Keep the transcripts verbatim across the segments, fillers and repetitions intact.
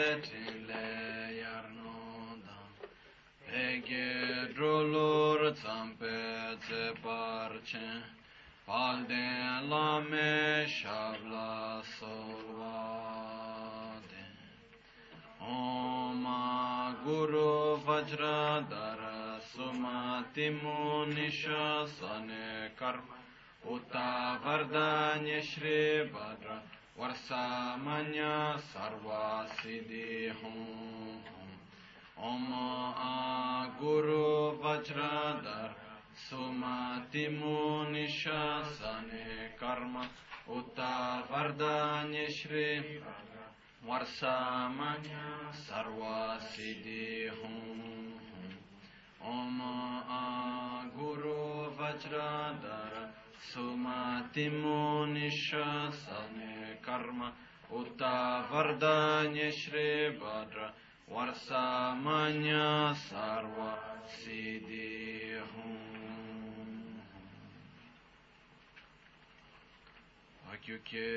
tile yarnodam pege drolur zampe ze parchen palden lame shabla solvade Om Guru Vajradhara Sumati Munisha Sane Karma Uta Vardanya Shri Bhadra Varsamanya Sarva Siddhi Hum Om Guru Vajradhara Sumati Munisha Sane Karma Uta Vardanya Shri Bhadra Varsamanya Sarva Siddhi Hum Om Guru Vajradhara Sumati Munisha Sane Karma Uta Vardanya Shri Bhadra Varsamanya Sarva Siddhi Hum Akyukye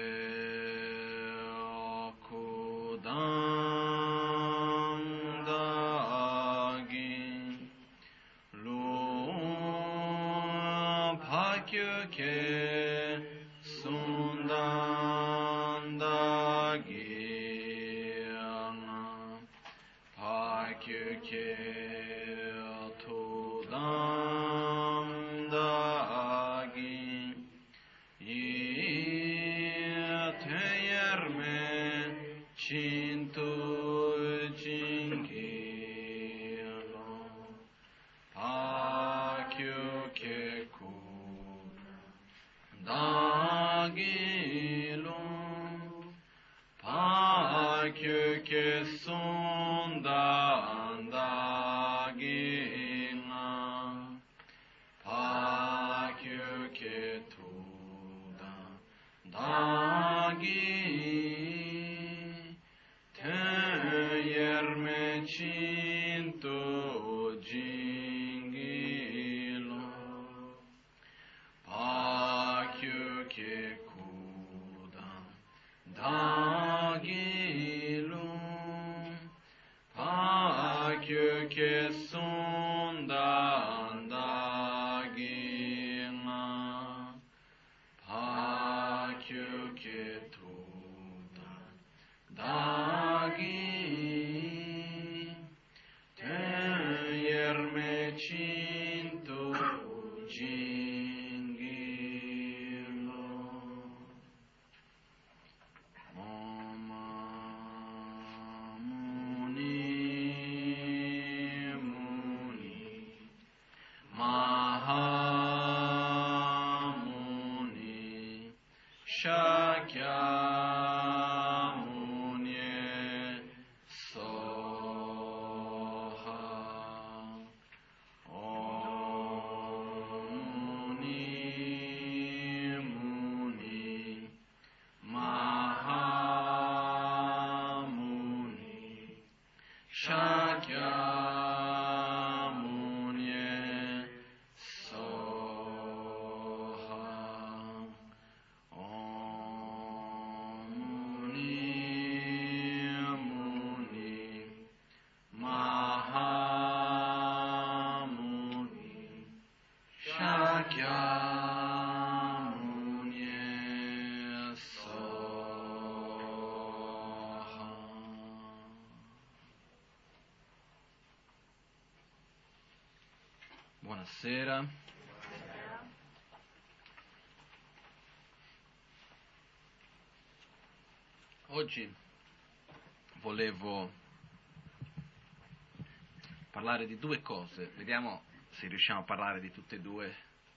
Kudam Dagin Lu Pakyukye Sundan Dagin Pakyukye Tudam Dagin Yeteyerme Cintu Jingilo Pakyukye Dagilo Pakyukye Sundan Dagina Pakyukye Tudam Dagin Teyerme Cintu Jingilo Pakyukye Kudam Dagilo Pakyukye Sundan Dagina Pakyukye Tudam Dagin Teyerme Cintu Jingilo Om Muni Muni Mahamuni Shakyamuni Soha Om Muni Muni Mahamuni Shakyamuni Soha Om Muni Muni Mahamuni Shakyamuni Soha. Buonasera. Oggi volevo parlare di due cose, vediamo se riusciamo a parlare di tutte e due,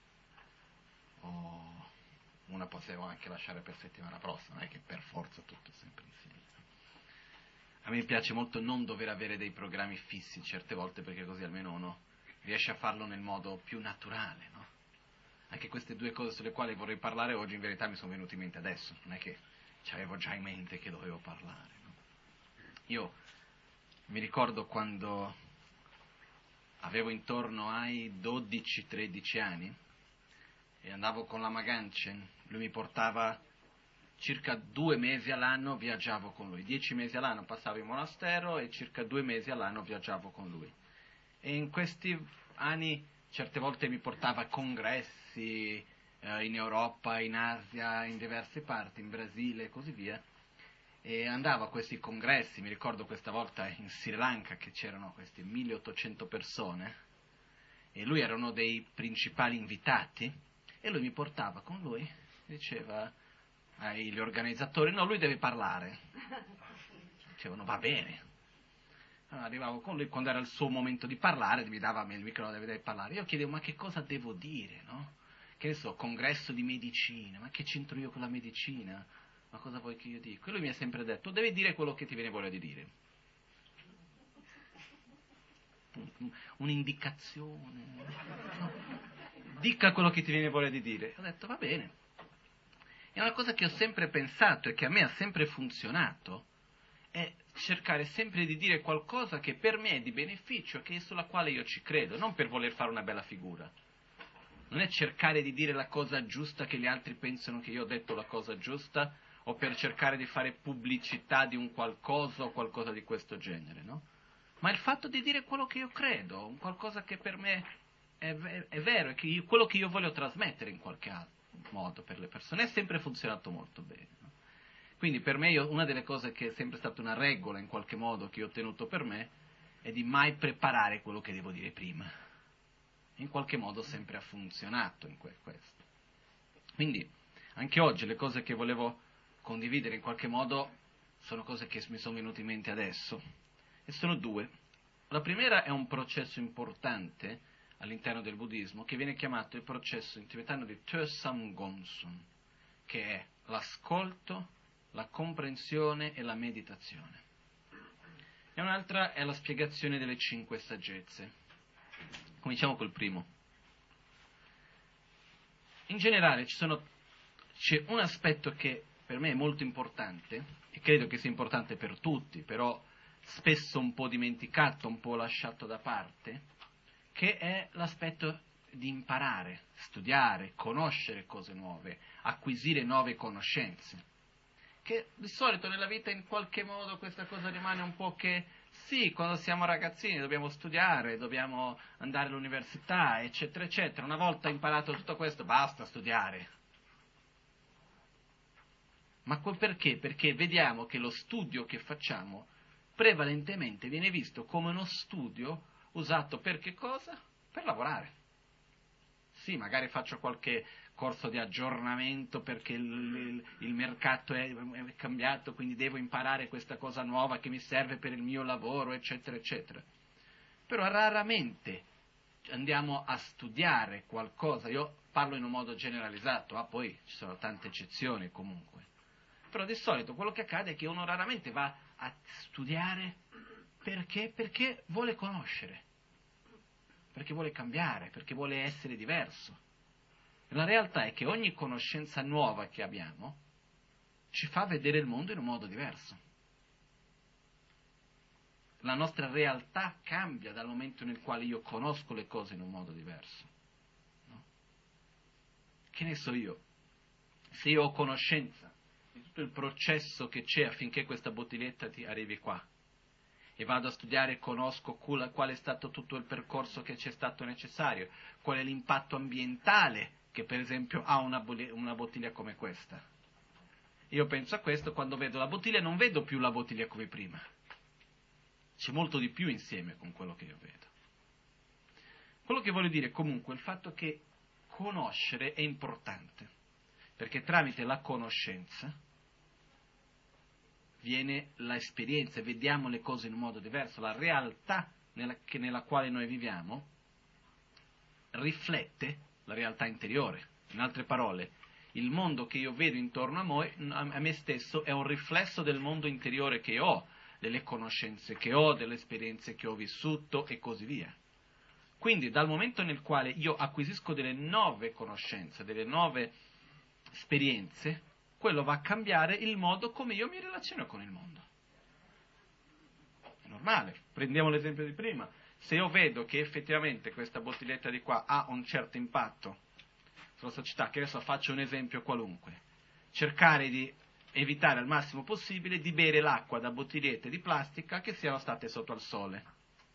o una possiamo anche lasciare per settimana prossima, non è che per forza tutto sempre insieme. A me piace molto non dover avere dei programmi fissi certe volte, perché così almeno uno riesce a farlo nel modo più naturale, no? Anche queste due cose sulle quali vorrei parlare oggi in verità mi sono venute in mente adesso, non è che ci avevo già in mente che dovevo parlare, no? Io mi ricordo quando avevo intorno ai dodici tredici anni e andavo con la Maganchen, lui mi portava circa due mesi all'anno viaggiavo con lui, dieci mesi all'anno passavo in monastero e circa due mesi all'anno viaggiavo con lui. E in questi anni certe volte mi portava a congressi eh, in Europa, in Asia, in diverse parti, in Brasile e così via, e andavo a questi congressi. Mi ricordo questa volta in Sri Lanka che c'erano queste milleottocento persone e lui era uno dei principali invitati e lui mi portava con lui, diceva agli organizzatori, no, lui deve parlare. Dicevano, va bene. Allora, arrivavo con lui, quando era il suo momento di parlare, mi dava il microfono, deve parlare. Io chiedevo, ma che cosa devo dire, no? Che ne so, congresso di medicina, ma che c'entro io con la medicina? Ma cosa vuoi che io dica? E lui mi ha sempre detto, devi dire quello che ti viene voglia di dire. Un'indicazione. Dica quello che ti viene voglia di dire. Ho detto, va bene. È una cosa che ho sempre pensato e che a me ha sempre funzionato, è cercare sempre di dire qualcosa che per me è di beneficio, che sulla quale io ci credo, non per voler fare una bella figura. Non è cercare di dire la cosa giusta che gli altri pensano che io ho detto la cosa giusta, o per cercare di fare pubblicità di un qualcosa o qualcosa di questo genere, no? Ma il fatto di dire quello che io credo, un qualcosa che per me è, è, è vero, è che io, quello che io voglio trasmettere in qualche altro modo per le persone, è sempre funzionato molto bene, no? Quindi per me, io, una delle cose che è sempre stata una regola in qualche modo che io ho tenuto per me è di mai preparare quello che devo dire prima. In qualche modo sempre ha funzionato in que- questo. Quindi anche oggi le cose che volevo condividere in qualche modo sono cose che mi sono venute in mente adesso, e sono due. La prima è un processo importante all'interno del buddismo che viene chiamato il processo in tibetano di Tösam Gomsun, che è l'ascolto, la comprensione e la meditazione. E un'altra è la spiegazione delle cinque saggezze. Cominciamo col primo. In generale ci sono, c'è un aspetto che per me è molto importante, e credo che sia importante per tutti, però spesso un po' dimenticato, un po' lasciato da parte, che è l'aspetto di imparare, studiare, conoscere cose nuove, acquisire nuove conoscenze. Che di solito nella vita in qualche modo questa cosa rimane un po' che sì, quando siamo ragazzini dobbiamo studiare, dobbiamo andare all'università, eccetera, eccetera. Una volta imparato tutto questo, basta studiare. Ma perché? Perché vediamo che lo studio che facciamo prevalentemente viene visto come uno studio usato per che cosa? Per lavorare. Sì, magari faccio qualche corso di aggiornamento perché il, il, il mercato è, è cambiato, quindi devo imparare questa cosa nuova che mi serve per il mio lavoro, eccetera, eccetera. Però raramente andiamo a studiare qualcosa. Io parlo in un modo generalizzato, ah, poi ci sono tante eccezioni comunque. Però di solito quello che accade è che uno raramente va a studiare perché? Perché vuole conoscere, perché vuole cambiare, perché vuole essere diverso. La realtà è che ogni conoscenza nuova che abbiamo ci fa vedere il mondo in un modo diverso. La nostra realtà cambia dal momento nel quale io conosco le cose in un modo diverso. No? Che ne so io? Se io ho conoscenza di tutto il processo che c'è affinché questa bottiglietta ti arrivi qua, e vado a studiare e conosco qual è stato tutto il percorso che c'è stato necessario, qual è l'impatto ambientale che per esempio ha una, una bottiglia come questa. Io penso a questo, quando vedo la bottiglia non vedo più la bottiglia come prima. C'è molto di più insieme con quello che io vedo. Quello che voglio dire comunque è il fatto che conoscere è importante, perché tramite la conoscenza viene l'esperienza, vediamo le cose in un modo diverso, la realtà nella, che, nella quale noi viviamo riflette la realtà interiore. In altre parole, il mondo che io vedo intorno a me, a me stesso è un riflesso del mondo interiore che ho, delle conoscenze che ho, delle esperienze che ho vissuto e così via. Quindi dal momento nel quale io acquisisco delle nuove conoscenze, delle nuove esperienze, quello va a cambiare il modo come io mi relaziono con il mondo. È normale. Prendiamo l'esempio di prima. Se io vedo che effettivamente questa bottiglietta di qua ha un certo impatto sulla società, che adesso faccio un esempio qualunque, cercare di evitare al massimo possibile di bere l'acqua da bottigliette di plastica che siano state sotto al sole.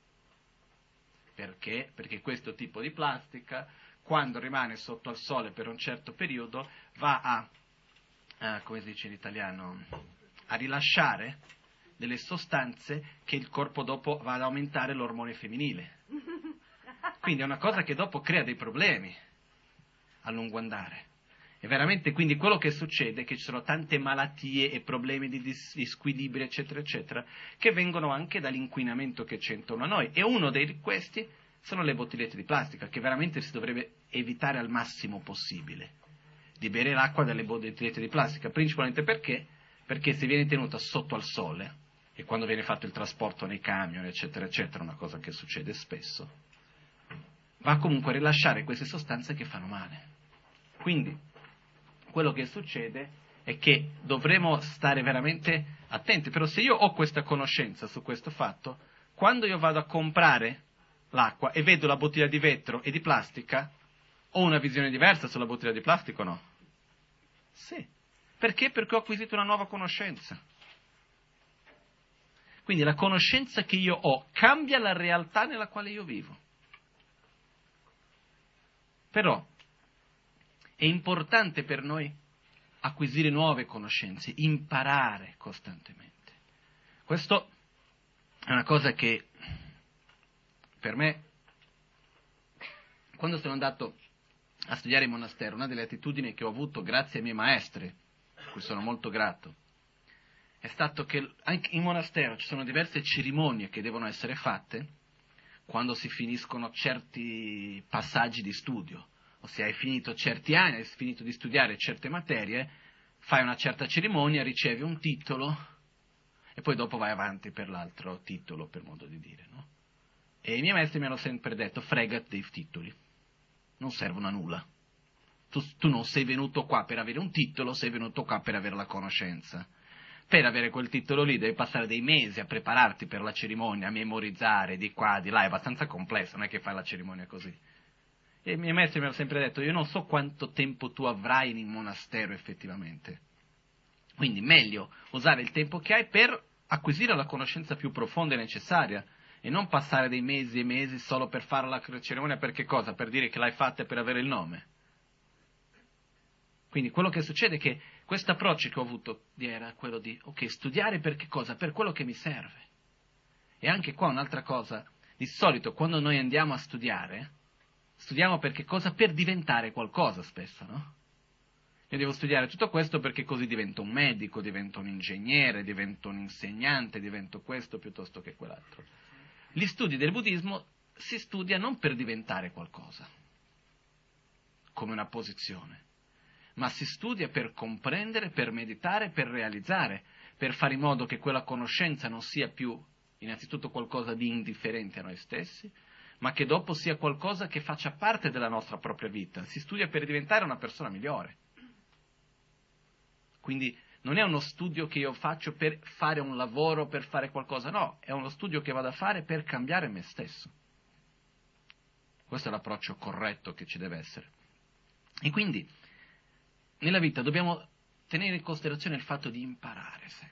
Perché? Perché questo tipo di plastica, quando rimane sotto al sole per un certo periodo, va a, eh, come si dice in italiano, a rilasciare delle sostanze che il corpo dopo va ad aumentare l'ormone femminile. Quindi è una cosa che dopo crea dei problemi a lungo andare. E veramente quindi quello che succede è che ci sono tante malattie e problemi di dis- di squilibrio, eccetera, eccetera, che vengono anche dall'inquinamento che c'è intorno a noi. E uno di questi sono le bottigliette di plastica, che veramente si dovrebbe evitare al massimo possibile di bere l'acqua dalle bottigliette di plastica, principalmente perché? Perché se viene tenuta sotto al sole, e quando viene fatto il trasporto nei camion, eccetera, eccetera, una cosa che succede spesso, va comunque a rilasciare queste sostanze che fanno male. Quindi quello che succede è che dovremo stare veramente attenti, però se io ho questa conoscenza su questo fatto, quando io vado a comprare l'acqua e vedo la bottiglia di vetro e di plastica, ho una visione diversa sulla bottiglia di plastica o no? Sì. Perché? Perché ho acquisito una nuova conoscenza. Quindi la conoscenza che io ho cambia la realtà nella quale io vivo. Però è importante per noi acquisire nuove conoscenze, imparare costantemente. Questo è una cosa che per me, quando sono andato a studiare in monastero, una delle attitudini che ho avuto grazie ai miei maestri, a cui sono molto grato, è stato che anche in monastero ci sono diverse cerimonie che devono essere fatte quando si finiscono certi passaggi di studio. Ossia, hai finito certi anni, hai finito di studiare certe materie, fai una certa cerimonia, ricevi un titolo e poi dopo vai avanti per l'altro titolo, per modo di dire, no? E i miei maestri mi hanno sempre detto: fregati dei titoli, non servono a nulla. Tu, tu non sei venuto qua per avere un titolo, sei venuto qua per avere la conoscenza. Per avere quel titolo lì devi passare dei mesi a prepararti per la cerimonia, a memorizzare di qua, di là, è abbastanza complesso, non è che fai la cerimonia così. E i miei maestri mi hanno sempre detto: io non so quanto tempo tu avrai in monastero effettivamente. Quindi meglio usare il tempo che hai per acquisire la conoscenza più profonda e necessaria e non passare dei mesi e mesi solo per fare la cerimonia. Per che cosa? Per dire che l'hai fatta e per avere il nome. Quindi quello che succede è che questo approccio che ho avuto era quello di, ok, studiare per che cosa? Per quello che mi serve. E anche qua un'altra cosa, di solito quando noi andiamo a studiare, studiamo per che cosa? Per diventare qualcosa spesso, no? Io devo studiare tutto questo perché così divento un medico, divento un ingegnere, divento un insegnante, divento questo piuttosto che quell'altro. Gli studi del buddismo si studia non per diventare qualcosa, come una posizione, ma si studia per comprendere, per meditare, per realizzare, per fare in modo che quella conoscenza non sia più innanzitutto qualcosa di indifferente a noi stessi, ma che dopo sia qualcosa che faccia parte della nostra propria vita. Si studia per diventare una persona migliore. Quindi non è uno studio che io faccio per fare un lavoro, per fare qualcosa, no, è uno studio che vado a fare per cambiare me stesso. Questo è l'approccio corretto che ci deve essere. E quindi nella vita dobbiamo tenere in considerazione il fatto di imparare sempre.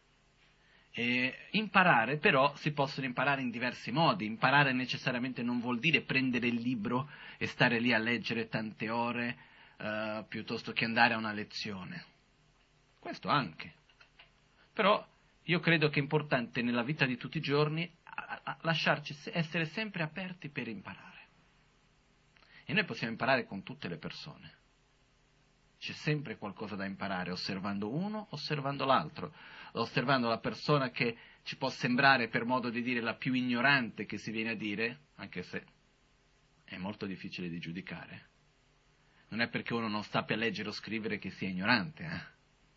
E imparare però si possono imparare in diversi modi. Imparare necessariamente non vuol dire prendere il libro e stare lì a leggere tante ore uh, piuttosto che andare a una lezione. Questo anche. Però io credo che è importante nella vita di tutti i giorni a, a lasciarci essere sempre aperti per imparare. E noi possiamo imparare con tutte le persone. C'è sempre qualcosa da imparare, osservando uno, osservando l'altro, osservando la persona che ci può sembrare, per modo di dire, la più ignorante che si viene a dire, anche se è molto difficile di giudicare. Non è perché uno non sappia leggere o scrivere che sia ignorante, eh?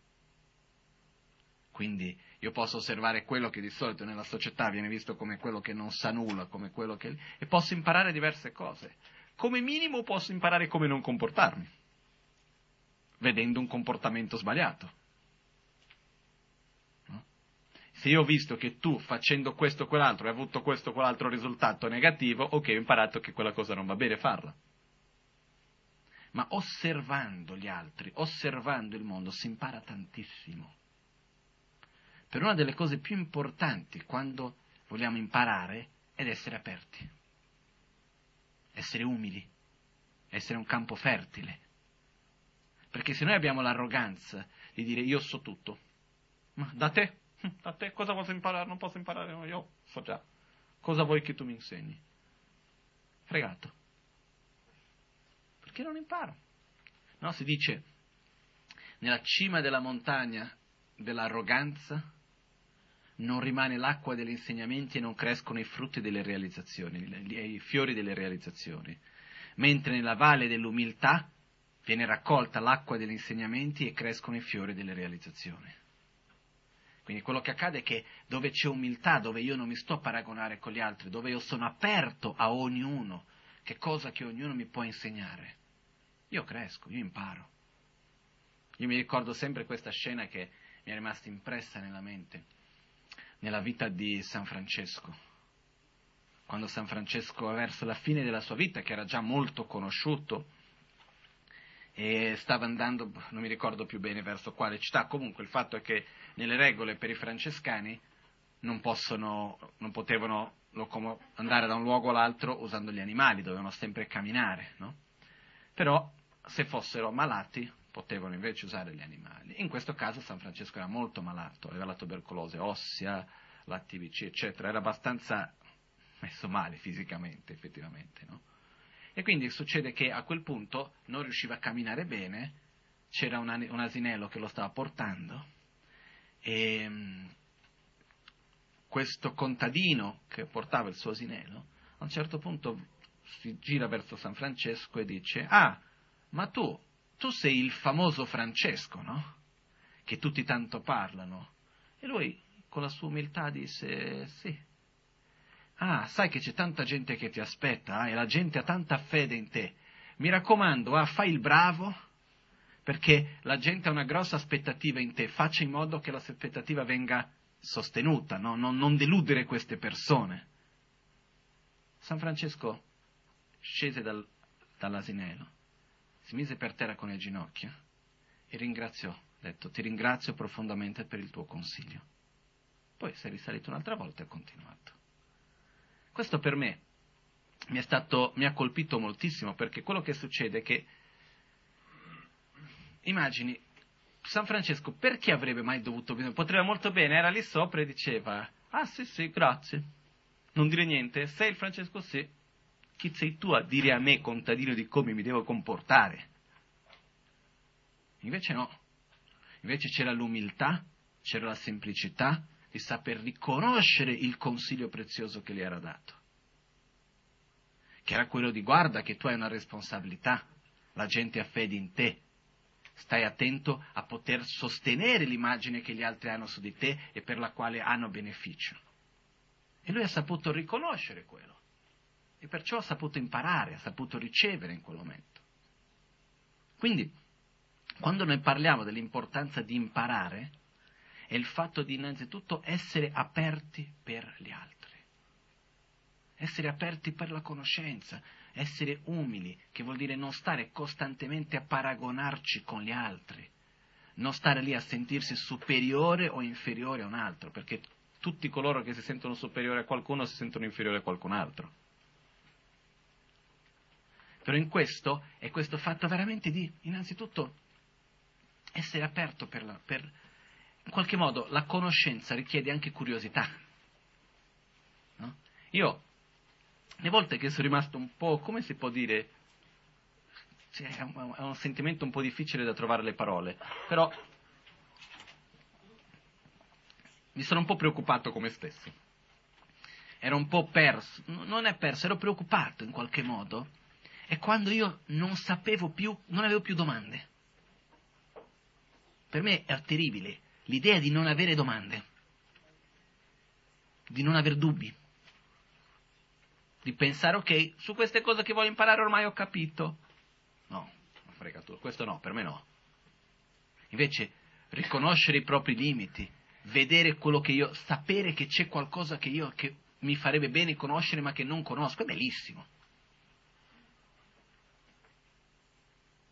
Quindi io posso osservare quello che di solito nella società viene visto come quello che non sa nulla, come quello che... e posso imparare diverse cose. Come minimo posso imparare come non comportarmi, vedendo un comportamento sbagliato. No? Se io ho visto che tu, facendo questo o quell'altro, hai avuto questo o quell'altro risultato negativo, ok, ho imparato che quella cosa non va bene farla. ma osservando gli altri, osservando il mondo, si impara tantissimo. Per una delle cose più importanti quando vogliamo imparare è essere aperti, essere umili, essere un campo fertile. Perché se noi abbiamo l'arroganza di dire io so tutto, ma da te, da te cosa posso imparare? Non posso imparare, no, io so già. Cosa vuoi che tu mi insegni? Fregato. Perché non imparo? No, si dice, nella cima della montagna dell'arroganza non rimane l'acqua degli insegnamenti e non crescono i frutti delle realizzazioni, i fiori delle realizzazioni. Mentre nella valle dell'umiltà viene raccolta l'acqua degli insegnamenti e crescono i fiori delle realizzazioni. Quindi quello che accade è che dove c'è umiltà, dove io non mi sto a paragonare con gli altri, dove io sono aperto a ognuno, che cosa che ognuno mi può insegnare, io cresco, io imparo. Io mi ricordo sempre questa scena che mi è rimasta impressa nella mente, nella vita di San Francesco. Quando San Francesco, verso la fine della sua vita, che era già molto conosciuto, e stava andando, non mi ricordo più bene verso quale città, comunque il fatto è che nelle regole per i francescani non possono, non potevano locomo- andare da un luogo all'altro usando gli animali, dovevano sempre camminare, no? Però se fossero malati potevano invece usare gli animali. In questo caso San Francesco era molto malato, aveva la tubercolosi ossea, la T B C, eccetera, era abbastanza messo male fisicamente, effettivamente, no? E quindi succede che a quel punto non riusciva a camminare bene, c'era un, un asinello che lo stava portando, e um, questo contadino che portava il suo asinello, a un certo punto si gira verso San Francesco e dice: ah, ma tu, tu sei il famoso Francesco, no? Che tutti tanto parlano. E lui, con la sua umiltà, disse: sì. Ah, sai che c'è tanta gente che ti aspetta, eh, e la gente ha tanta fede in te. Mi raccomando, ah, fai il bravo, perché la gente ha una grossa aspettativa in te. Faccia in modo che l'aspettativa venga sostenuta, no? non, non deludere queste persone. San Francesco scese dal, dall'asinello, si mise per terra con le ginocchia e ringraziò, ha detto: ti ringrazio profondamente per il tuo consiglio. Poi si è risalito un'altra volta e ha continuato. Questo per me mi è stato, mi ha colpito moltissimo, perché quello che succede è che, immagini, San Francesco perché avrebbe mai dovuto bisogno? Poteva molto bene, era lì sopra e diceva: ah sì sì, grazie, non dire niente, sei il Francesco? Sì. Chi sei tu a dire a me, contadino, di come mi devo comportare? Invece no, invece c'era l'umiltà, c'era la semplicità di saper riconoscere il consiglio prezioso che gli era dato, che era quello di: guarda che tu hai una responsabilità, la gente ha fede in te, stai attento a poter sostenere l'immagine che gli altri hanno su di te e per la quale hanno beneficio. E lui ha saputo riconoscere quello, e perciò ha saputo imparare, ha saputo ricevere in quel momento. Quindi, quando noi parliamo dell'importanza di imparare, è il fatto di innanzitutto essere aperti per gli altri, essere aperti per la conoscenza, essere umili, che vuol dire non stare costantemente a paragonarci con gli altri, non stare lì a sentirsi superiore o inferiore a un altro, perché tutti coloro che si sentono superiori a qualcuno si sentono inferiori a qualcun altro. Però in questo è questo fatto veramente di, innanzitutto, essere aperto per la... Per, in qualche modo la conoscenza richiede anche curiosità, no? Io, le volte che sono rimasto un po', come si può dire, cioè, è, un, è un sentimento un po' difficile da trovare le parole, però mi sono un po' preoccupato con me stesso, ero un po' perso, non è perso, ero preoccupato in qualche modo, e quando io non sapevo più, non avevo più domande. Per me è terribile l'idea di non avere domande, di non aver dubbi, di pensare: ok, su queste cose che voglio imparare ormai ho capito. No, frega tu, questo no, per me no. Invece riconoscere i propri limiti, vedere quello che io, sapere che c'è qualcosa che io, che mi farebbe bene conoscere ma che non conosco, è bellissimo.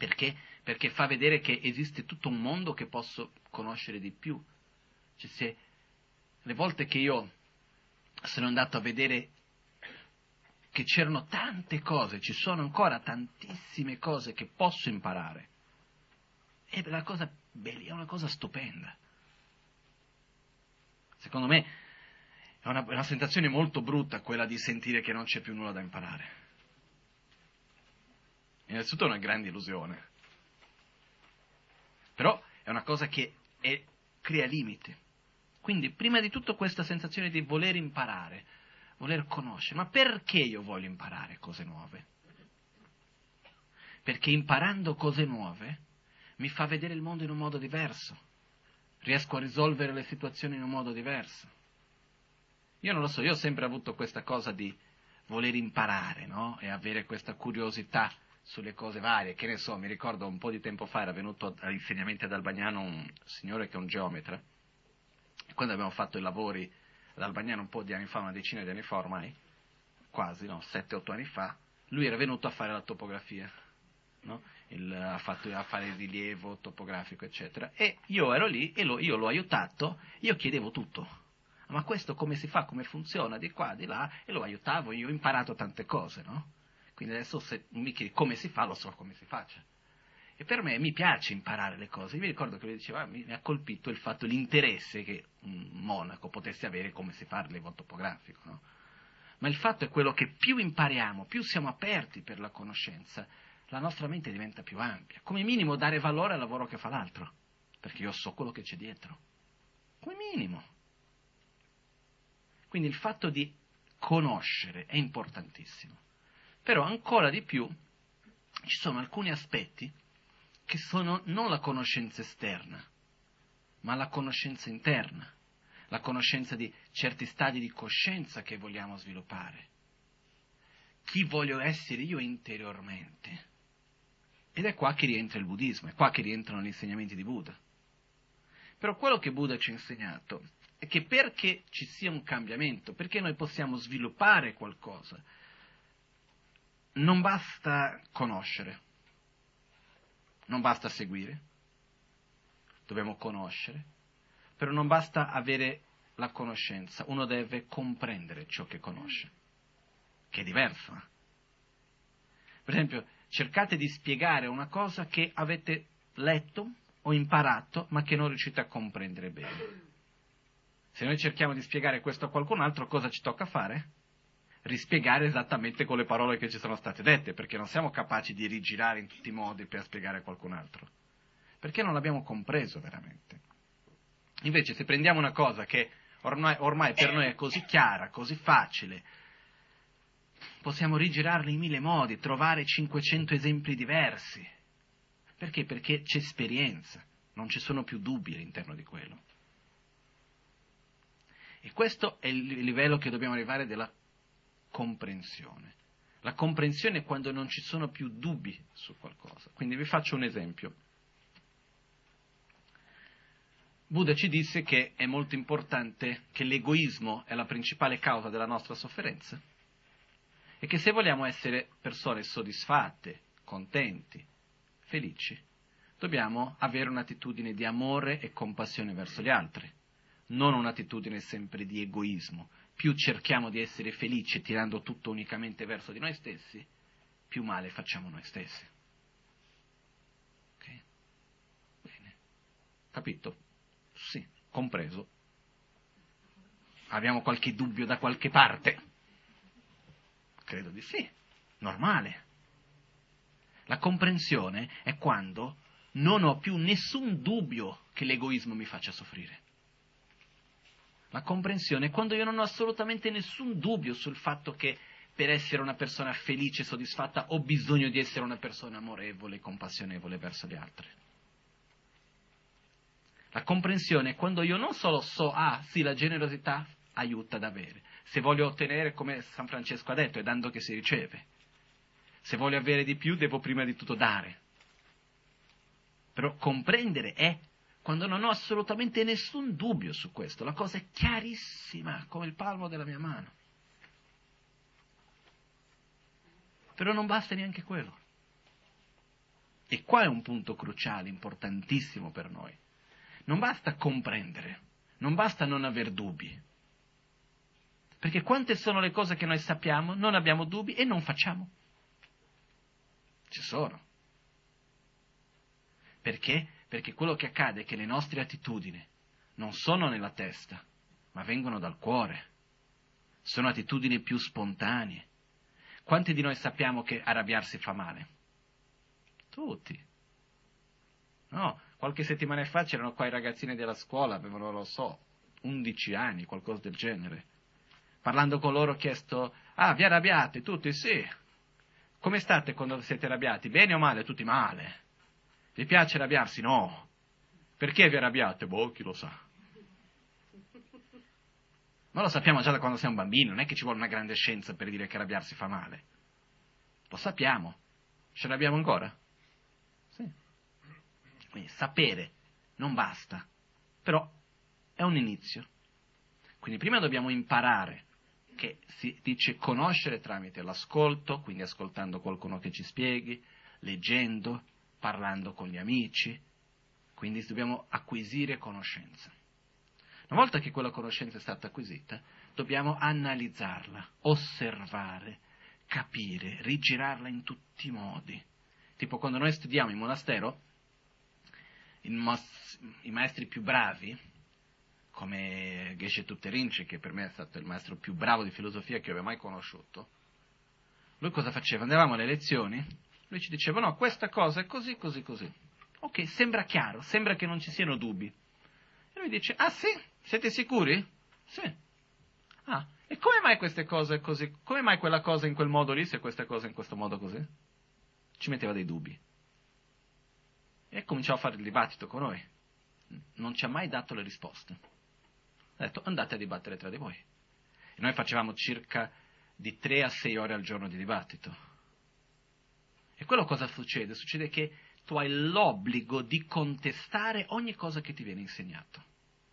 Perché? Perché fa vedere che esiste tutto un mondo che posso conoscere di più. Cioè, se le volte che io sono andato a vedere che c'erano tante cose, ci sono ancora tantissime cose che posso imparare, è la cosa bella, è una cosa stupenda. Secondo me è una, una sensazione molto brutta quella di sentire che non c'è più nulla da imparare. Innanzitutto è una grande illusione. Però è una cosa che è, crea limiti. Quindi, prima di tutto, questa sensazione di voler imparare, voler conoscere. Ma perché io voglio imparare cose nuove? Perché imparando cose nuove mi fa vedere il mondo in un modo diverso. Riesco a risolvere le situazioni in un modo diverso. Io non lo so, io ho sempre avuto questa cosa di voler imparare, no? E avere questa curiosità sulle cose varie, che ne so, mi ricordo un po' di tempo fa era venuto agli insegnamenti ad Albagnano un signore che è un geometra, e quando abbiamo fatto i lavori ad Albagnano un po' di anni fa, una decina di anni fa ormai, quasi, no, sette otto anni fa, lui era venuto a fare la topografia, no? Il, ha fatto a fare il rilievo topografico, eccetera, e io ero lì e lo, io l'ho aiutato, io chiedevo tutto, ma questo come si fa, come funziona, di qua, di là, e lo aiutavo, io ho imparato tante cose, no? Quindi adesso se mi chiedi come si fa, lo so come si faccia. E per me mi piace imparare le cose. Io mi ricordo che lui diceva, mi, mi ha colpito il fatto, l'interesse che un monaco potesse avere come si fa il rilievo topografico, no? Ma il fatto è quello che più impariamo, più siamo aperti per la conoscenza, la nostra mente diventa più ampia. Come minimo dare valore al lavoro che fa l'altro, perché io so quello che c'è dietro. Come minimo. Quindi il fatto di conoscere è importantissimo. Però ancora di più ci sono alcuni aspetti che sono non la conoscenza esterna, ma la conoscenza interna, la conoscenza di certi stadi di coscienza che vogliamo sviluppare. Chi voglio essere io interiormente? Ed è qua che rientra il buddismo, è qua che rientrano gli insegnamenti di Buddha. Però quello che Buddha ci ha insegnato è che perché ci sia un cambiamento, perché noi possiamo sviluppare qualcosa, non basta conoscere, non basta seguire, dobbiamo conoscere, però non basta avere la conoscenza, uno deve comprendere ciò che conosce, che è diverso. Per esempio, cercate di spiegare una cosa che avete letto o imparato, ma che non riuscite a comprendere bene. Se noi cerchiamo di spiegare questo a qualcun altro, cosa ci tocca fare? Rispiegare esattamente con le parole che ci sono state dette, perché non siamo capaci di rigirare in tutti i modi per spiegare a qualcun altro, perché non l'abbiamo compreso veramente. Invece se prendiamo una cosa che ormai, ormai per noi è così chiara, così facile, possiamo rigirarla in mille modi, trovare cinquecento esempi diversi. Perché? Perché c'è esperienza, non ci sono più dubbi all'interno di quello. E questo è il livello che dobbiamo arrivare della comprensione. La comprensione è quando non ci sono più dubbi su qualcosa. Quindi vi faccio un esempio. Buddha ci disse che è molto importante che l'egoismo è la principale causa della nostra sofferenza e che se vogliamo essere persone soddisfatte, contenti, felici, dobbiamo avere un'attitudine di amore e compassione verso gli altri, non un'attitudine sempre di egoismo. Più cerchiamo di essere felici tirando tutto unicamente verso di noi stessi, più male facciamo noi stessi. Ok? Bene. Capito? Sì, compreso. Abbiamo qualche dubbio da qualche parte? Credo di sì. Normale. La comprensione è quando non ho più nessun dubbio che l'egoismo mi faccia soffrire. La comprensione è quando io non ho assolutamente nessun dubbio sul fatto che per essere una persona felice e soddisfatta ho bisogno di essere una persona amorevole e compassionevole verso gli altri. La comprensione è quando io non solo so, ah sì, la generosità aiuta ad avere. Se voglio ottenere, come San Francesco ha detto, è dando che si riceve. Se voglio avere di più, devo prima di tutto dare. Però comprendere è quando non ho assolutamente nessun dubbio su questo, la cosa è chiarissima, come il palmo della mia mano. Però non basta neanche quello. E qua è un punto cruciale, importantissimo per noi. Non basta comprendere, non basta non aver dubbi. Perché quante sono le cose che noi sappiamo, non abbiamo dubbi e non facciamo? Ci sono. Perché? Perché quello che accade è che le nostre attitudini non sono nella testa, ma vengono dal cuore. Sono attitudini più spontanee. Quanti di noi sappiamo che arrabbiarsi fa male? Tutti. No, qualche settimana fa c'erano qua i ragazzini della scuola, avevano, lo so, undici anni, qualcosa del genere. Parlando con loro ho chiesto, ah, vi arrabbiate? Tutti, sì. Come state quando siete arrabbiati? Bene o male? Tutti male. Vi piace arrabbiarsi? No. Perché vi arrabbiate? Boh, chi lo sa. Ma lo sappiamo già da quando siamo bambini, non è che ci vuole una grande scienza per dire che arrabbiarsi fa male. Lo sappiamo. Ce l'abbiamo ancora? Sì. Quindi sapere non basta, però è un inizio. Quindi prima dobbiamo imparare, che si dice conoscere tramite l'ascolto, quindi ascoltando qualcuno che ci spieghi, leggendo, parlando con gli amici, quindi dobbiamo acquisire conoscenza. Una volta che quella conoscenza è stata acquisita, dobbiamo analizzarla, osservare, capire, rigirarla in tutti i modi. Tipo quando noi studiamo in monastero, i, mos- i maestri più bravi, come Geshe Tupterinci, che per me è stato il maestro più bravo di filosofia che abbia mai conosciuto, lui cosa faceva? Andavamo alle lezioni, lui ci diceva, no, questa cosa è così, così, così. Ok, sembra chiaro, sembra che non ci siano dubbi. E lui dice, ah sì? Siete sicuri? Sì. Ah, e come mai queste cose così? Come mai quella cosa in quel modo lì, se questa cosa in questo modo così? Ci metteva dei dubbi. E cominciò a fare il dibattito con noi. Non ci ha mai dato le risposte. Ha detto, andate a dibattere tra di voi. E noi facevamo circa di tre a sei ore al giorno di dibattito. E quello cosa succede? Succede che tu hai l'obbligo di contestare ogni cosa che ti viene insegnato.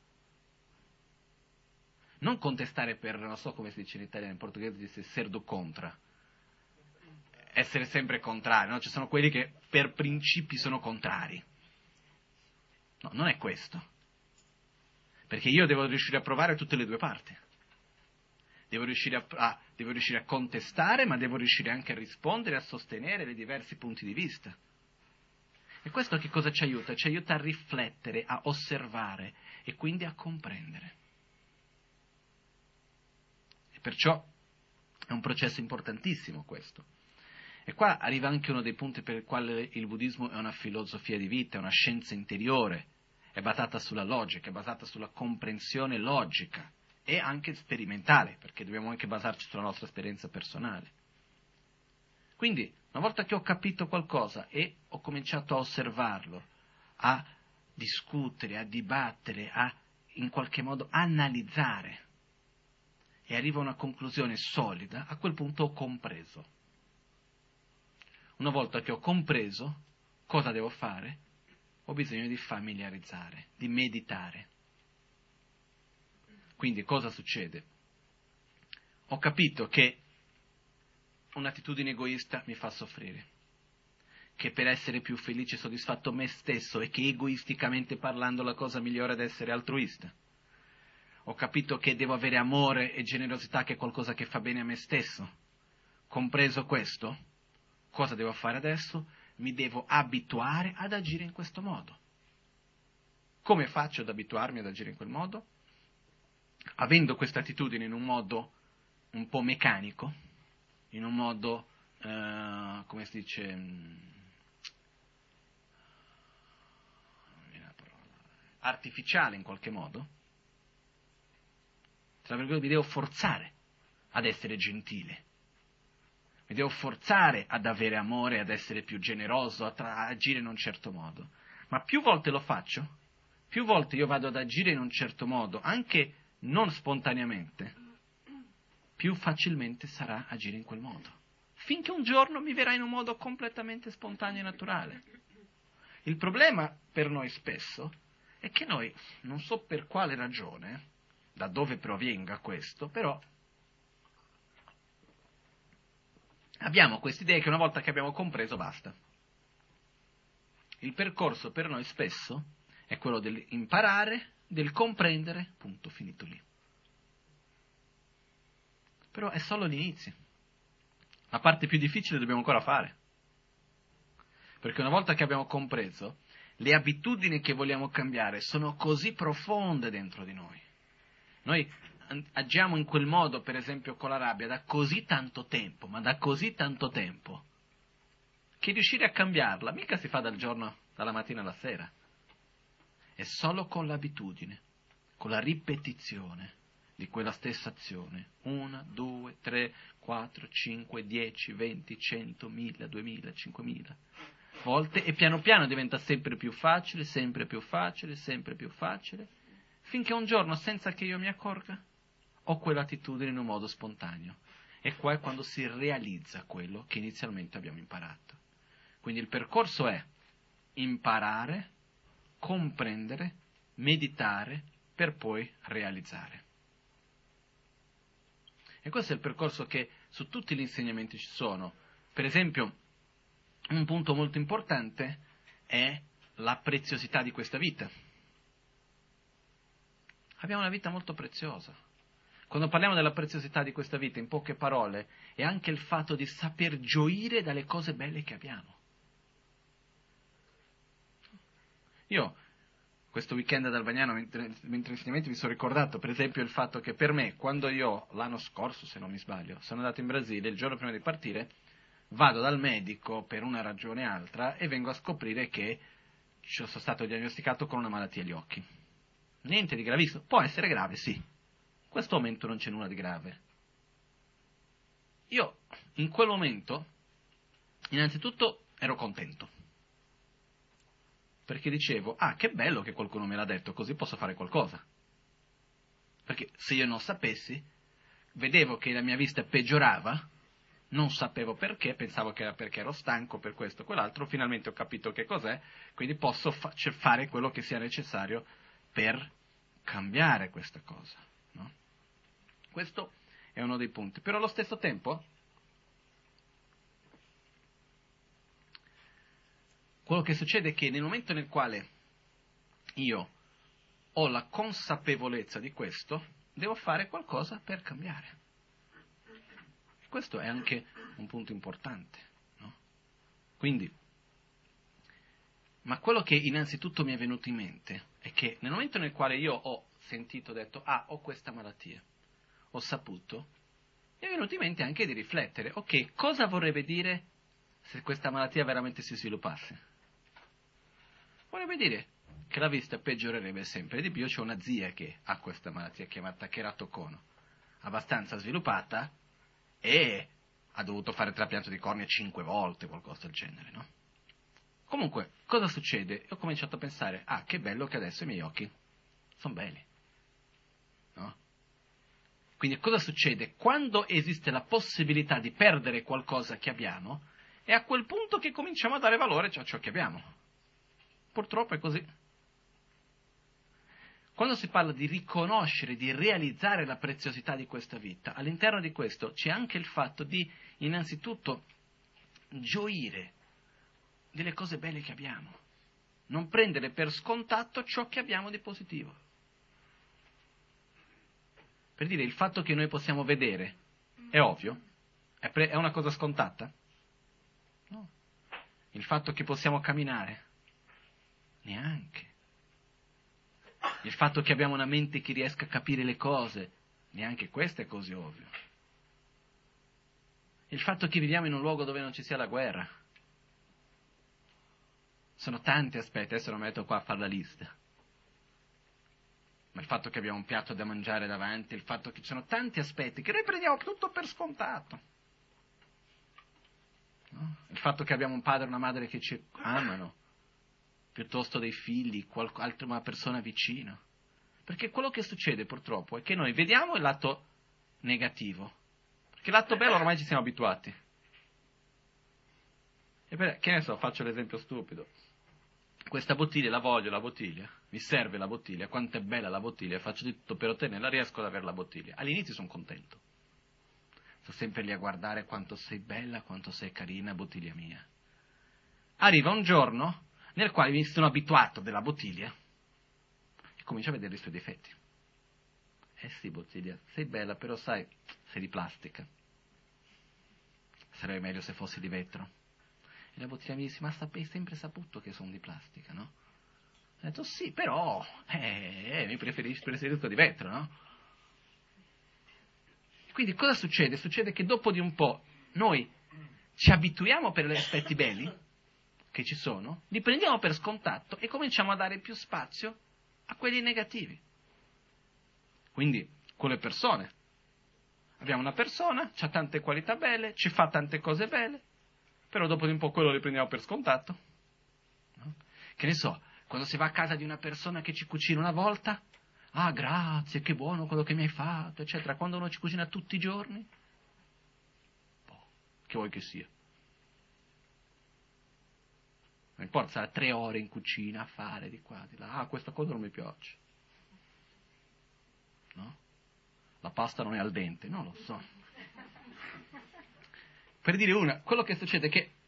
Non contestare per, non so come si dice in italiano, in portoghese dice ser do contra. Essere sempre contrari, no? Ci sono quelli che per principi sono contrari. No, non è questo. Perché io devo riuscire a provare tutte le due parti. Devo riuscire a, a, devo riuscire a contestare, ma devo riuscire anche a rispondere, a sostenere i diversi punti di vista. E questo che cosa ci aiuta? Ci aiuta a riflettere, a osservare e quindi a comprendere. E perciò è un processo importantissimo questo. E qua arriva anche uno dei punti per il quale il buddismo è una filosofia di vita, è una scienza interiore, è basata sulla logica, è basata sulla comprensione logica e anche sperimentale, perché dobbiamo anche basarci sulla nostra esperienza personale. Quindi, una volta che ho capito qualcosa e ho cominciato a osservarlo, a discutere, a dibattere, a in qualche modo analizzare, e arrivo a una conclusione solida, a quel punto ho compreso. Una volta che ho compreso cosa devo fare, ho bisogno di familiarizzare, di meditare. Quindi cosa succede? Ho capito che un'attitudine egoista mi fa soffrire, che per essere più felice e soddisfatto me stesso e che egoisticamente parlando la cosa migliore è essere altruista. Ho capito che devo avere amore e generosità, che è qualcosa che fa bene a me stesso. Compreso questo, cosa devo fare adesso? Mi devo abituare ad agire in questo modo. Come faccio ad abituarmi ad agire in quel modo? Avendo questa attitudine in un modo un po' meccanico, in un modo, eh, come si dice, artificiale in qualche modo, tra virgolette, mi devo forzare ad essere gentile, mi devo forzare ad avere amore, ad essere più generoso, a tra- agire in un certo modo. Ma più volte lo faccio, più volte io vado ad agire in un certo modo, anche non spontaneamente, più facilmente sarà agire in quel modo. Finché un giorno mi verrà in un modo completamente spontaneo e naturale. Il problema per noi spesso è che noi, non so per quale ragione, da dove provenga questo, però abbiamo questa idea che una volta che abbiamo compreso basta. Il percorso per noi spesso è quello dell'imparare, del comprendere, punto, finito lì. Però è solo l'inizio. La parte più difficile dobbiamo ancora fare. Perché una volta che abbiamo compreso, le abitudini che vogliamo cambiare sono così profonde dentro di noi. Noi agiamo in quel modo, per esempio con la rabbia, da così tanto tempo, ma da così tanto tempo, che riuscire a cambiarla mica si fa dal giorno, dalla mattina alla sera. È solo con l'abitudine, con la ripetizione di quella stessa azione. Una, due, tre, quattro, cinque, dieci, venti, cento, mille, duemila, cinquemila volte, e piano piano diventa sempre più facile, sempre più facile, sempre più facile, finché un giorno, senza che io mi accorga, ho quell'attitudine in un modo spontaneo. E qua è quando si realizza quello che inizialmente abbiamo imparato. Quindi il percorso è imparare, comprendere, meditare, per poi realizzare. E questo è il percorso che su tutti gli insegnamenti ci sono. Per esempio, un punto molto importante è la preziosità di questa vita. Abbiamo una vita molto preziosa. Quando parliamo della preziosità di questa vita, in poche parole, è anche il fatto di saper gioire dalle cose belle che abbiamo. Io, questo weekend ad Albagnano, mentre, mentre insegnamenti, mi sono ricordato, per esempio, il fatto che per me, quando io, l'anno scorso, se non mi sbaglio, sono andato in Brasile, il giorno prima di partire, vado dal medico per una ragione o altra e vengo a scoprire che ci sono stato diagnosticato con una malattia agli occhi. Niente di gravissimo, può essere grave, sì. In questo momento non c'è nulla di grave. Io, in quel momento, innanzitutto ero contento. Perché dicevo, ah, che bello che qualcuno me l'ha detto, così posso fare qualcosa. Perché se io non sapessi, vedevo che la mia vista peggiorava, non sapevo perché, pensavo che era perché ero stanco, per questo o quell'altro, finalmente ho capito che cos'è, quindi posso fa- fare quello che sia necessario per cambiare questa cosa, no? Questo è uno dei punti. Però allo stesso tempo, quello che succede è che nel momento nel quale io ho la consapevolezza di questo, devo fare qualcosa per cambiare. E questo è anche un punto importante, no? Quindi, ma quello che innanzitutto mi è venuto in mente è che nel momento nel quale io ho sentito, ho detto, ah, ho questa malattia, ho saputo, mi è venuto in mente anche di riflettere, ok, cosa vorrebbe dire se questa malattia veramente si sviluppasse? Vorrebbe dire che la vista peggiorerebbe sempre di più. C'è una zia che ha questa malattia chiamata keratocono, abbastanza sviluppata, e ha dovuto fare trapianto di cornea cinque volte, qualcosa del genere, no? Comunque, cosa succede? Ho cominciato a pensare, ah, che bello che adesso i miei occhi sono belli, no? Quindi cosa succede? Quando esiste la possibilità di perdere qualcosa che abbiamo, è a quel punto che cominciamo a dare valore a ciò che abbiamo. Purtroppo è così. Quando si parla di riconoscere, di realizzare la preziosità di questa vita, all'interno di questo c'è anche il fatto di, innanzitutto, gioire delle cose belle che abbiamo. Non prendere per scontato ciò che abbiamo di positivo. Per dire, il fatto che noi possiamo vedere, è ovvio? È, pre- è una cosa scontata? No. Il fatto che possiamo camminare? Neanche. Il fatto che abbiamo una mente che riesca a capire le cose? Neanche questo è così ovvio. Il fatto che viviamo in un luogo dove non ci sia la guerra? Sono tanti aspetti, adesso non mi metto qua a fare la lista. Ma il fatto che abbiamo un piatto da mangiare davanti, il fatto che ci sono tanti aspetti che noi prendiamo tutto per scontato. No? Il fatto che abbiamo un padre e una madre che ci amano, piuttosto dei figli, qualche una persona vicina. Perché quello che succede purtroppo è che noi vediamo il lato negativo, perché il lato bello ormai ci siamo abituati. E per, che ne so, faccio l'esempio stupido. Questa bottiglia la voglio, la bottiglia, mi serve la bottiglia, quanto è bella la bottiglia, faccio di tutto per ottenerla, riesco ad avere la bottiglia. All'inizio sono contento. Sto sempre lì a guardare quanto sei bella, quanto sei carina, bottiglia mia. Arriva un giorno, nel quale mi sono abituato della bottiglia e comincio a vedere i suoi difetti. Eh sì, bottiglia, sei bella, però sai, sei di plastica. Sarebbe meglio se fossi di vetro. E la bottiglia mi dice, ma sapevi sempre saputo che sono di plastica, no? Ho detto, sì, però, eh, eh, mi preferisco, preferisco di vetro, no? Quindi cosa succede? Succede che dopo di un po' noi ci abituiamo per gli aspetti belli che ci sono, li prendiamo per scontato e cominciamo a dare più spazio a quelli negativi. Quindi, con le persone. Abbiamo una persona, ha tante qualità belle, ci fa tante cose belle, però dopo di un po' quello li prendiamo per scontato. No? Che ne so, quando si va a casa di una persona che ci cucina una volta, ah, grazie, che buono quello che mi hai fatto, eccetera. Quando uno ci cucina tutti i giorni, boh, che vuoi che sia? Non importa, sarà tre ore in cucina a fare di qua, di là, ah, questa cosa non mi piace. No? La pasta non è al dente, non lo so. Per dire una, quello che succede è che,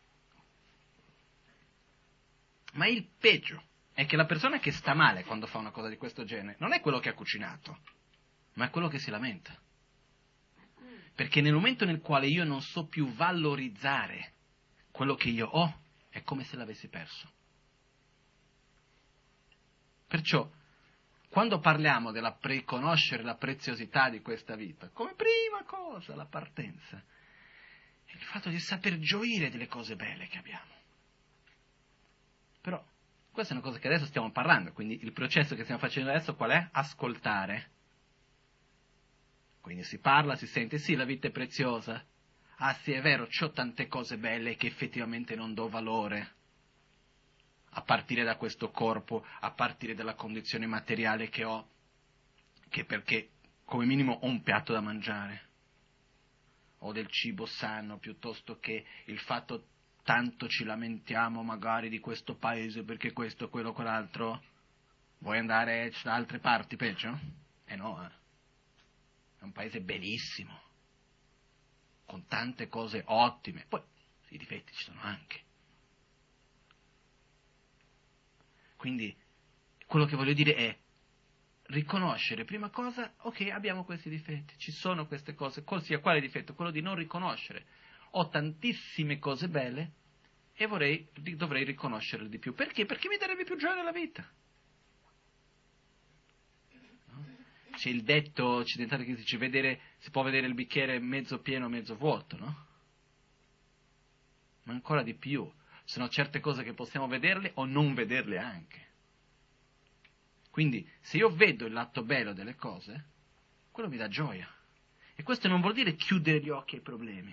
ma il peggio è che la persona che sta male quando fa una cosa di questo genere non è quello che ha cucinato, ma è quello che si lamenta. Perché nel momento nel quale io non so più valorizzare quello che io ho, è come se l'avessi perso. Perciò, quando parliamo della preconoscere la preziosità di questa vita, come prima cosa, la partenza, è il fatto di saper gioire delle cose belle che abbiamo. Però, questa è una cosa che adesso stiamo parlando, quindi il processo che stiamo facendo adesso qual è? Ascoltare. Quindi si parla, si sente, sì, la vita è preziosa. Ah sì, è vero, c'ho tante cose belle che effettivamente non do valore. A partire da questo corpo, a partire dalla condizione materiale che ho, che perché come minimo ho un piatto da mangiare, o del cibo sano, piuttosto che il fatto tanto ci lamentiamo magari di questo paese perché questo, quello, quell'altro. Vuoi andare da altre parti peggio? Eh no, eh. È un paese bellissimo, con tante cose ottime, poi i difetti ci sono anche. Quindi quello che voglio dire è riconoscere, prima cosa, ok, abbiamo questi difetti, ci sono queste cose, qual sia quale difetto? Quello di non riconoscere. Ho tantissime cose belle e vorrei, dovrei riconoscerle di più. Perché? Perché mi darebbe più gioia nella vita. No? C'è il detto occidentale che dice vedere, si può vedere il bicchiere mezzo pieno, mezzo vuoto, no? Ma ancora di più. Sono certe cose che possiamo vederle o non vederle anche. Quindi, se io vedo il lato bello delle cose, quello mi dà gioia. E questo non vuol dire chiudere gli occhi ai problemi,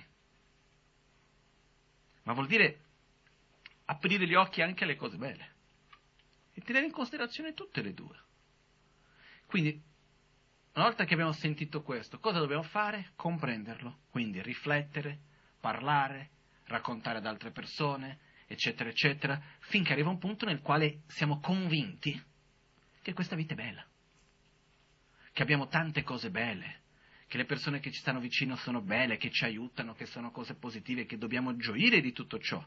ma vuol dire aprire gli occhi anche alle cose belle e tenere in considerazione tutte le due. Quindi, una volta che abbiamo sentito questo, cosa dobbiamo fare? Comprenderlo. Quindi riflettere, parlare, raccontare ad altre persone, eccetera, eccetera, finché arriva un punto nel quale siamo convinti che questa vita è bella, che abbiamo tante cose belle, che le persone che ci stanno vicino sono belle, che ci aiutano, che sono cose positive, che dobbiamo gioire di tutto ciò.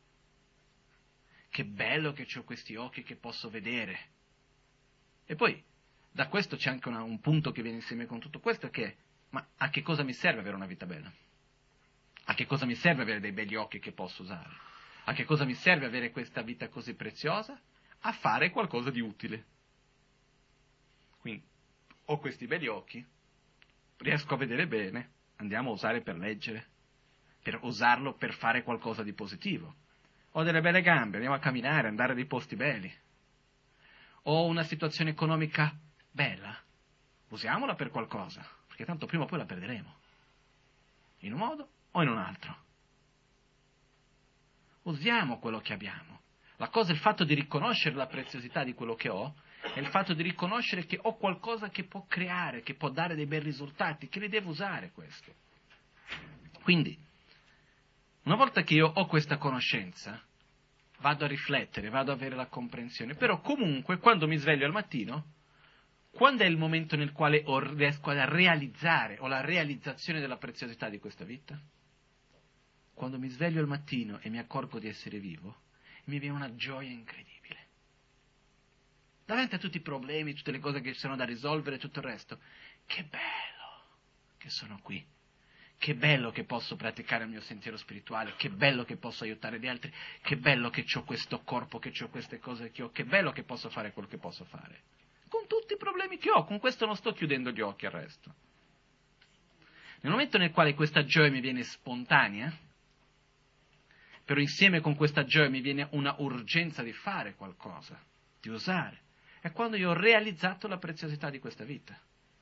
Che bello che ho questi occhi che posso vedere. E poi, da questo c'è anche una, un punto che viene insieme con tutto questo, che è, ma a che cosa mi serve avere una vita bella? A che cosa mi serve avere dei begli occhi che posso usare? A che cosa mi serve avere questa vita così preziosa? A fare qualcosa di utile. Quindi, ho questi belli occhi, riesco a vedere bene, andiamo a usare per leggere, per usarlo per fare qualcosa di positivo. Ho delle belle gambe, andiamo a camminare, andare a dei posti belli. Ho una situazione economica bella, usiamola per qualcosa, perché tanto prima o poi la perderemo, in un modo o in un altro. Usiamo quello che abbiamo. La cosa è il fatto di riconoscere la preziosità di quello che ho, è il fatto di riconoscere che ho qualcosa che può creare, che può dare dei bei risultati, che li devo usare questo. Quindi, una volta che io ho questa conoscenza, vado a riflettere, vado a avere la comprensione, però comunque quando mi sveglio al mattino, quando è il momento nel quale ho, riesco a realizzare, ho la realizzazione della preziosità di questa vita? Quando mi sveglio al mattino e mi accorgo di essere vivo, mi viene una gioia incredibile. Davanti a tutti i problemi, tutte le cose che ci sono da risolvere, tutto il resto, che bello che sono qui. Che bello che posso praticare il mio sentiero spirituale, che bello che posso aiutare gli altri, che bello che ho questo corpo, che ho queste cose che ho, che bello che posso fare quello che posso fare. Con tutti i problemi che ho, con questo non sto chiudendo gli occhi al resto. Nel momento nel quale questa gioia mi viene spontanea, però insieme con questa gioia mi viene una urgenza di fare qualcosa, di usare, è quando io ho realizzato la preziosità di questa vita.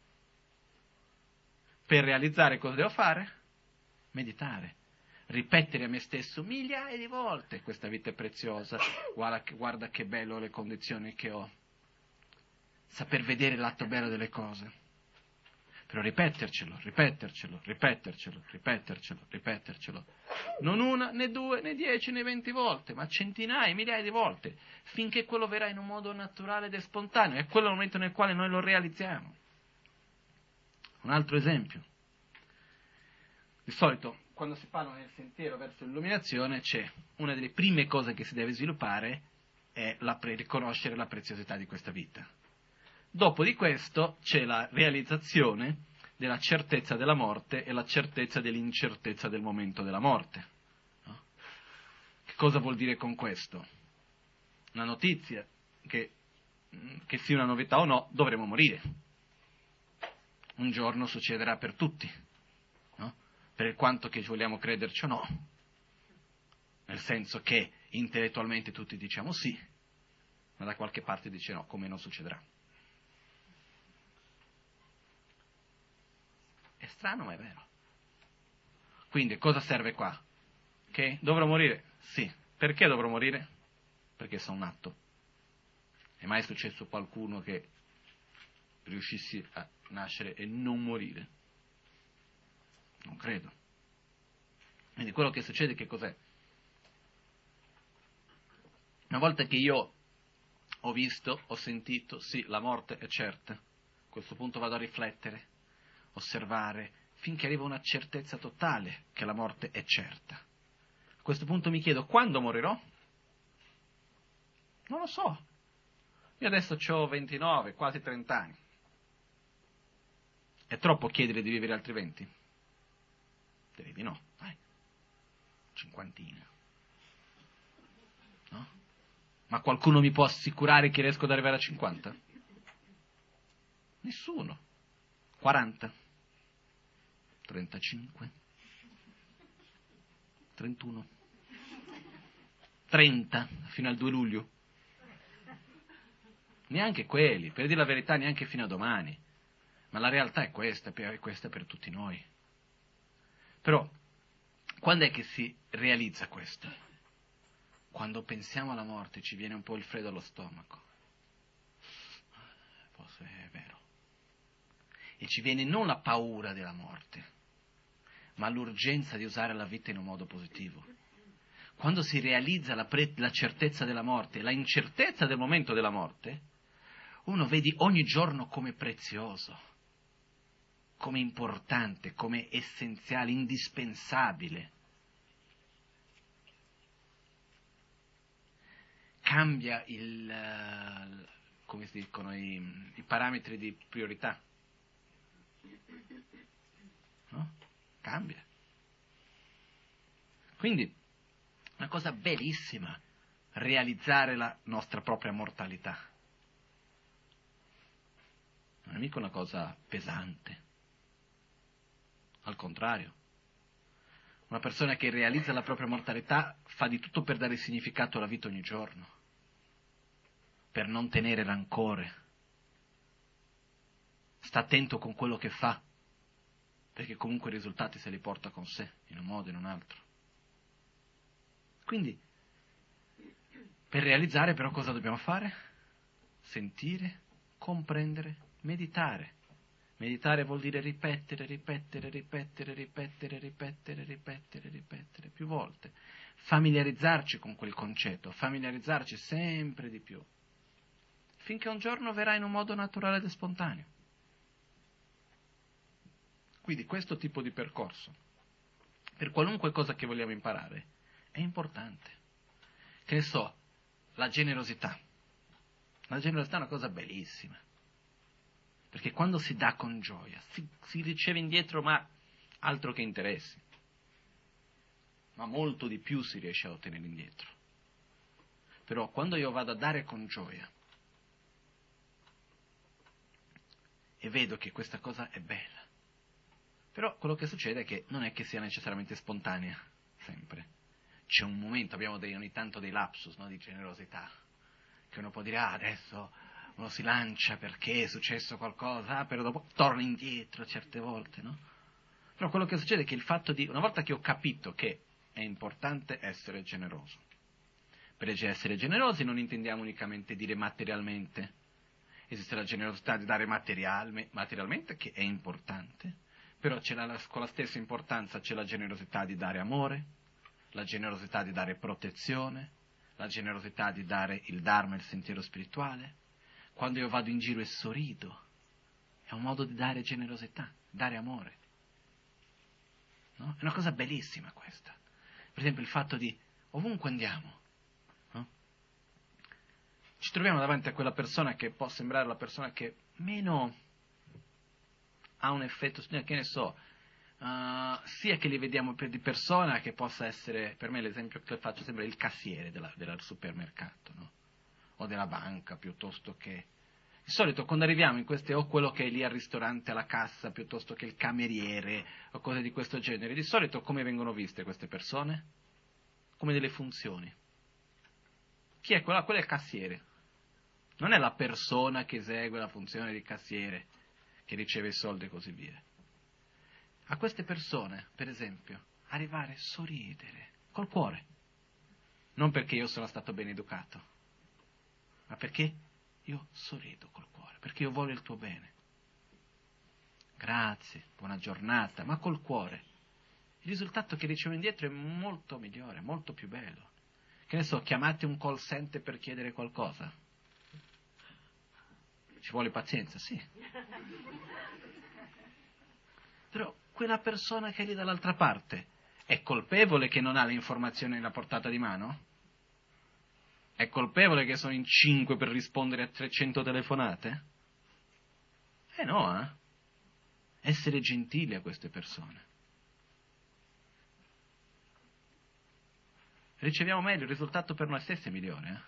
Per realizzare cosa devo fare? Meditare, ripetere a me stesso migliaia di volte: questa vita è preziosa, guarda, guarda che bello le condizioni che ho. Saper vedere il lato bello delle cose. Però ripetercelo, ripetercelo, ripetercelo, ripetercelo, ripetercelo. Non una, né due, né dieci, né venti volte, ma centinaia, migliaia di volte, finché quello verrà in un modo naturale ed spontaneo. È quello il momento nel quale noi lo realizziamo. Un altro esempio. Di solito, quando si parla nel sentiero verso l'illuminazione, c'è una delle prime cose che si deve sviluppare è la pre- riconoscere la preziosità di questa vita. Dopo di questo c'è la realizzazione della certezza della morte e la certezza dell'incertezza del momento della morte. No? Che cosa vuol dire con questo? Una notizia che, che sia una novità o no, dovremo morire. Un giorno succederà per tutti, no? Per quanto che vogliamo crederci o no. Nel senso che intellettualmente tutti diciamo sì, ma da qualche parte dice no, come non succederà. È strano, ma è vero. Quindi cosa serve qua? Che dovrò morire? Sì. Perché dovrò morire? Perché sono nato. È mai successo qualcuno che riuscissi a nascere e non morire? Non credo. Quindi quello che succede che cos'è? Una volta che io ho visto, ho sentito, sì, la morte è certa, a questo punto vado a riflettere, osservare, finché arriva una certezza totale che la morte è certa. A questo punto mi chiedo, quando morirò? Non lo so. Io adesso ho ventinove, quasi trenta anni. È troppo chiedere di vivere altri venti? Direi di no, dai. Cinquantina. No? Ma qualcuno mi può assicurare che riesco ad arrivare a cinquanta? Nessuno. quaranta. trentacinque. trentuno. trenta fino al due luglio. Neanche quelli, per dire la verità, neanche fino a domani. Ma la realtà è questa, è questa per tutti noi. Però, quando è che si realizza questo? Quando pensiamo alla morte ci viene un po' il freddo allo stomaco. Forse è vero. E ci viene non la paura della morte, ma l'urgenza di usare la vita in un modo positivo. Quando si realizza la, pre- la certezza della morte, la incertezza del momento della morte, uno vede ogni giorno come prezioso, come importante, come essenziale, indispensabile. Cambia il, come si dicono, i, i parametri di priorità. No? Cambia. Quindi, una cosa bellissima, realizzare la nostra propria mortalità. Non è mica una cosa pesante. Al contrario. Una persona che realizza la propria mortalità fa di tutto per dare significato alla vita ogni giorno, per non tenere rancore. Sta attento con quello che fa, perché comunque i risultati se li porta con sé, in un modo o in un altro. Quindi, per realizzare però cosa dobbiamo fare? Sentire, comprendere, meditare. Meditare vuol dire ripetere, ripetere, ripetere, ripetere, ripetere, ripetere, ripetere, più volte. Familiarizzarci con quel concetto, familiarizzarci sempre di più, finché un giorno verrà in un modo naturale ed spontaneo. Quindi questo tipo di percorso, per qualunque cosa che vogliamo imparare, è importante. che ne so, la generosità. La generosità è una cosa bellissima, perché quando si dà con gioia, si, si riceve indietro, ma altro che interessi, ma molto di più si riesce a ottenere indietro. Però quando io vado a dare con gioia e vedo che questa cosa è bella, però quello che succede è che non è che sia necessariamente spontanea, sempre. C'è un momento, abbiamo dei, ogni tanto dei lapsus, no, di generosità, che uno può dire, ah, adesso uno si lancia perché è successo qualcosa, ah, però dopo torna indietro certe volte, no? Però quello che succede è che il fatto di, una volta che ho capito che è importante essere generoso, per essere generosi non intendiamo unicamente dire materialmente, esiste la generosità di dare materialme, materialmente, che è importante, però c'è la, con la stessa importanza c'è la generosità di dare amore, la generosità di dare protezione, la generosità di dare il Dharma, il sentiero spirituale. Quando io vado in giro e sorrido, è un modo di dare generosità, dare amore. No? È una cosa bellissima questa. Per esempio il fatto di, ovunque andiamo, no? Ci troviamo davanti a quella persona che può sembrare la persona che meno ha un effetto, che ne so, Uh, sia che li vediamo per di persona, che possa essere, per me l'esempio che faccio sempre, il cassiere della, del supermercato, no? O della banca, piuttosto che... Di solito quando arriviamo in queste, o quello che è lì al ristorante alla cassa, piuttosto che il cameriere, o cose di questo genere, di solito come vengono viste queste persone? Come delle funzioni. Chi è quella? Quello è il cassiere. Non è la persona che esegue la funzione di cassiere, che riceve i soldi e così via. A queste persone, per esempio, arrivare a sorridere col cuore, non perché io sono stato ben educato, ma perché io sorrido col cuore, perché io voglio il tuo bene. Grazie, buona giornata, ma col cuore. Il risultato che ricevo indietro è molto migliore, molto più bello. Che ne so, chiamate un call center per chiedere qualcosa. Ci vuole pazienza, sì. Però quella persona che è lì dall'altra parte è colpevole che non ha le informazioni nella portata di mano? È colpevole che sono in cinque per rispondere a trecento telefonate? Eh no, eh? Essere gentili a queste persone. Riceviamo meglio, il risultato per noi stessi è migliore. Eh?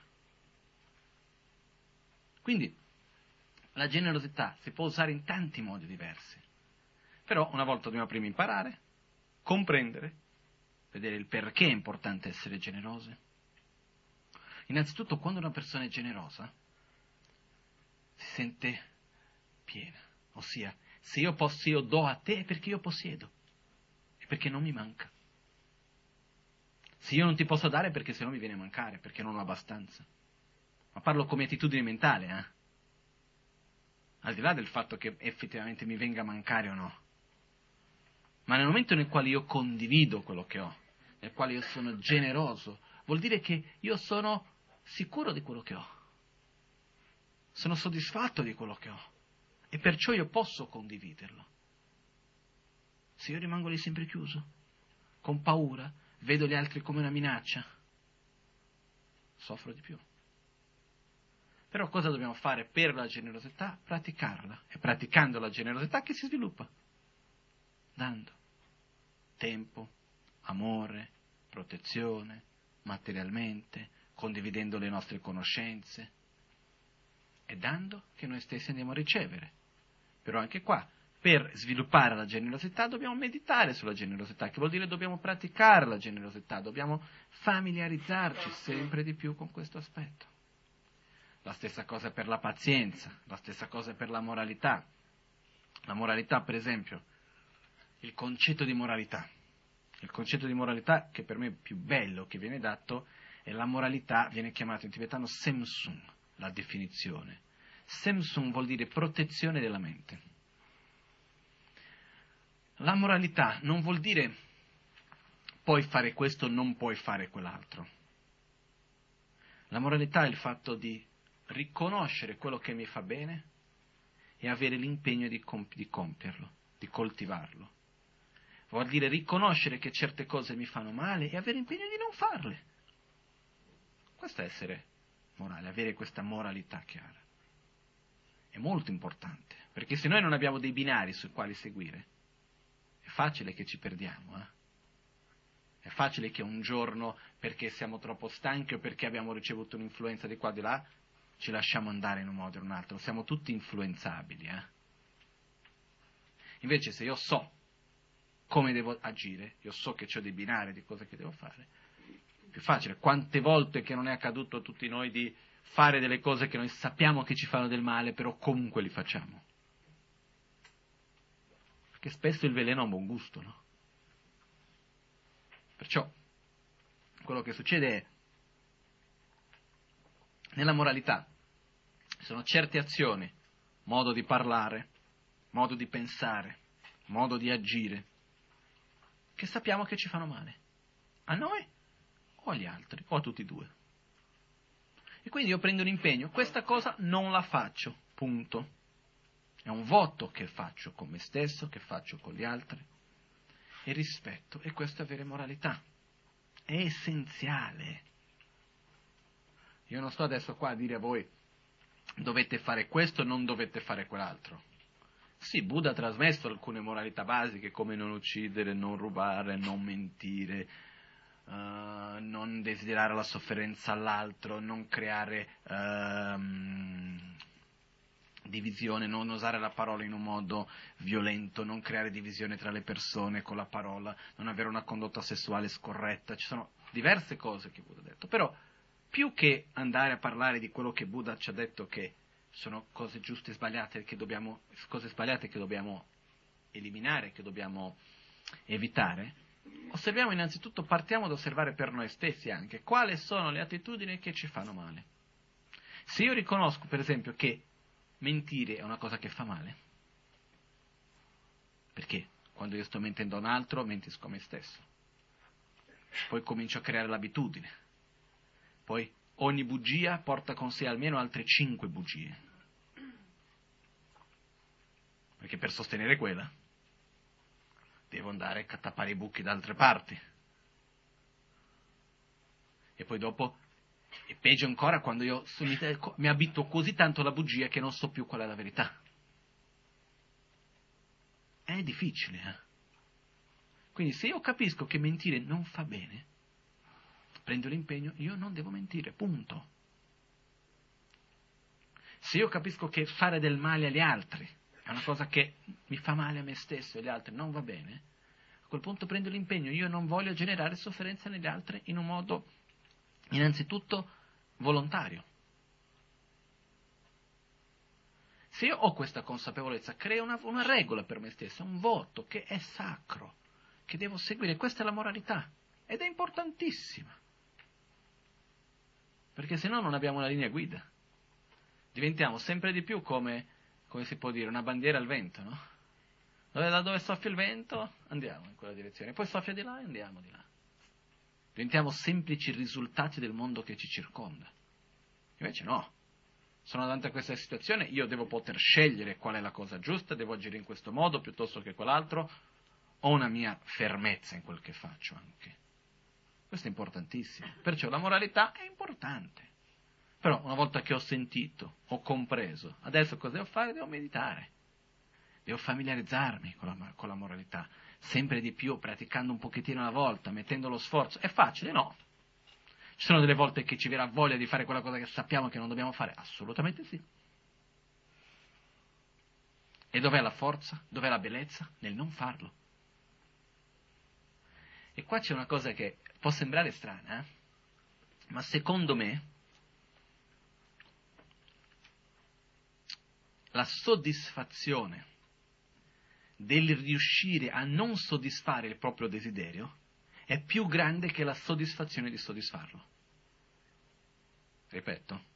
Quindi la generosità si può usare in tanti modi diversi. Però una volta dobbiamo prima imparare, comprendere, vedere il perché è importante essere generosi. Innanzitutto, quando una persona è generosa, si sente piena. Ossia, se io posso, io do a te è perché io possiedo, è perché non mi manca. Se io non ti posso dare è perché se no mi viene a mancare, perché non ho abbastanza. Ma parlo come attitudine mentale, eh? Al di là del fatto che effettivamente mi venga a mancare o no. Ma nel momento nel quale io condivido quello che ho, nel quale io sono generoso, vuol dire che io sono sicuro di quello che ho, sono soddisfatto di quello che ho e perciò io posso condividerlo. Se io rimango lì sempre chiuso, con paura, vedo gli altri come una minaccia, soffro di più. Però cosa dobbiamo fare per la generosità? Praticarla. È praticando la generosità che si sviluppa. Dando tempo, amore, protezione, materialmente, condividendo le nostre conoscenze e dando che noi stessi andiamo a ricevere. Però anche qua, per sviluppare la generosità dobbiamo meditare sulla generosità, che vuol dire dobbiamo praticare la generosità, dobbiamo familiarizzarci sempre di più con questo aspetto. La stessa cosa per la pazienza, la stessa cosa per la moralità. La moralità, per esempio, il concetto di moralità. Il concetto di moralità che per me è più bello che viene dato è la moralità, viene chiamata in tibetano Semsung, la definizione. Semsung vuol dire protezione della mente. La moralità non vuol dire puoi fare questo, non puoi fare quell'altro. La moralità è il fatto di riconoscere quello che mi fa bene e avere l'impegno di, compi- di compierlo, di coltivarlo. Vuol dire riconoscere che certe cose mi fanno male e avere l'impegno di non farle. Questo è essere morale, avere questa moralità chiara. È molto importante, perché se noi non abbiamo dei binari sui quali seguire, è facile che ci perdiamo, eh? È facile che un giorno, perché siamo troppo stanchi o perché abbiamo ricevuto un'influenza di qua e di là, ci lasciamo andare in un modo o in un altro. Siamo tutti influenzabili, eh? Invece se io so come devo agire, io so che ho dei binari di cose che devo fare, è più facile. Quante volte che non è accaduto a tutti noi di fare delle cose che noi sappiamo che ci fanno del male, però comunque li facciamo. Perché spesso il veleno ha un buon gusto, no? Perciò, quello che succede è, nella moralità, sono certe azioni, modo di parlare, modo di pensare, modo di agire, che sappiamo che ci fanno male. A noi o agli altri, o a tutti e due. E quindi io prendo un impegno, questa cosa non la faccio, punto. È un voto che faccio con me stesso, che faccio con gli altri. E rispetto, e questo è avere moralità. È essenziale. Io non sto adesso qua a dire a voi dovete fare questo, non dovete fare quell'altro. Sì, Buddha ha trasmesso alcune moralità basiche come non uccidere, non rubare, non mentire, uh, non desiderare la sofferenza all'altro, non creare uh, divisione, non usare la parola in un modo violento, non creare divisione tra le persone con la parola, non avere una condotta sessuale scorretta. Ci sono diverse cose che Buddha ha detto, però più che andare a parlare di quello che Buddha ci ha detto che sono cose giuste e sbagliate che dobbiamo, cose sbagliate che dobbiamo eliminare, che dobbiamo evitare, osserviamo innanzitutto, partiamo ad osservare per noi stessi anche quali sono le attitudini che ci fanno male. Se io riconosco, per esempio, che mentire è una cosa che fa male, perché quando io sto mentendo a un altro, mentisco a me stesso, poi comincio a creare l'abitudine, poi ogni bugia porta con sé almeno altre cinque bugie, perché per sostenere quella devo andare a tappare i buchi da altre parti. E poi dopo, è peggio ancora quando io mi abituo così tanto alla bugia che non so più qual è la verità. È difficile, eh? Quindi se io capisco che mentire non fa bene, prendo l'impegno, io non devo mentire, punto. Se io capisco che fare del male agli altri è una cosa che mi fa male a me stesso e agli altri non va bene, a quel punto prendo l'impegno, io non voglio generare sofferenza negli altri in un modo innanzitutto volontario. Se io ho questa consapevolezza, creo una, una regola per me stesso, un voto che è sacro, che devo seguire, questa è la moralità, ed è importantissima, perché se no non abbiamo una linea guida, diventiamo sempre di più come, come si può dire, una bandiera al vento, no? Dove, da dove soffia il vento andiamo in quella direzione, poi soffia di là e andiamo di là. Diventiamo semplici risultati del mondo che ci circonda. Invece no. Sono davanti a questa situazione, io devo poter scegliere qual è la cosa giusta, devo agire in questo modo piuttosto che quell'altro, ho una mia fermezza in quel che faccio anche. Questo è importantissimo. Perciò la moralità è importante. Però una volta che ho sentito, ho compreso, adesso cosa devo fare? Devo meditare. Devo familiarizzarmi con la, con la moralità. Sempre di più, praticando un pochettino alla volta, mettendo lo sforzo. È facile? No. Ci sono delle volte che ci verrà voglia di fare quella cosa che sappiamo che non dobbiamo fare? Assolutamente sì. E dov'è la forza? Dov'è la bellezza? Nel non farlo. E qua c'è una cosa che può sembrare strana, eh? Ma secondo me la soddisfazione del riuscire a non soddisfare il proprio desiderio è più grande che la soddisfazione di soddisfarlo. Ripeto.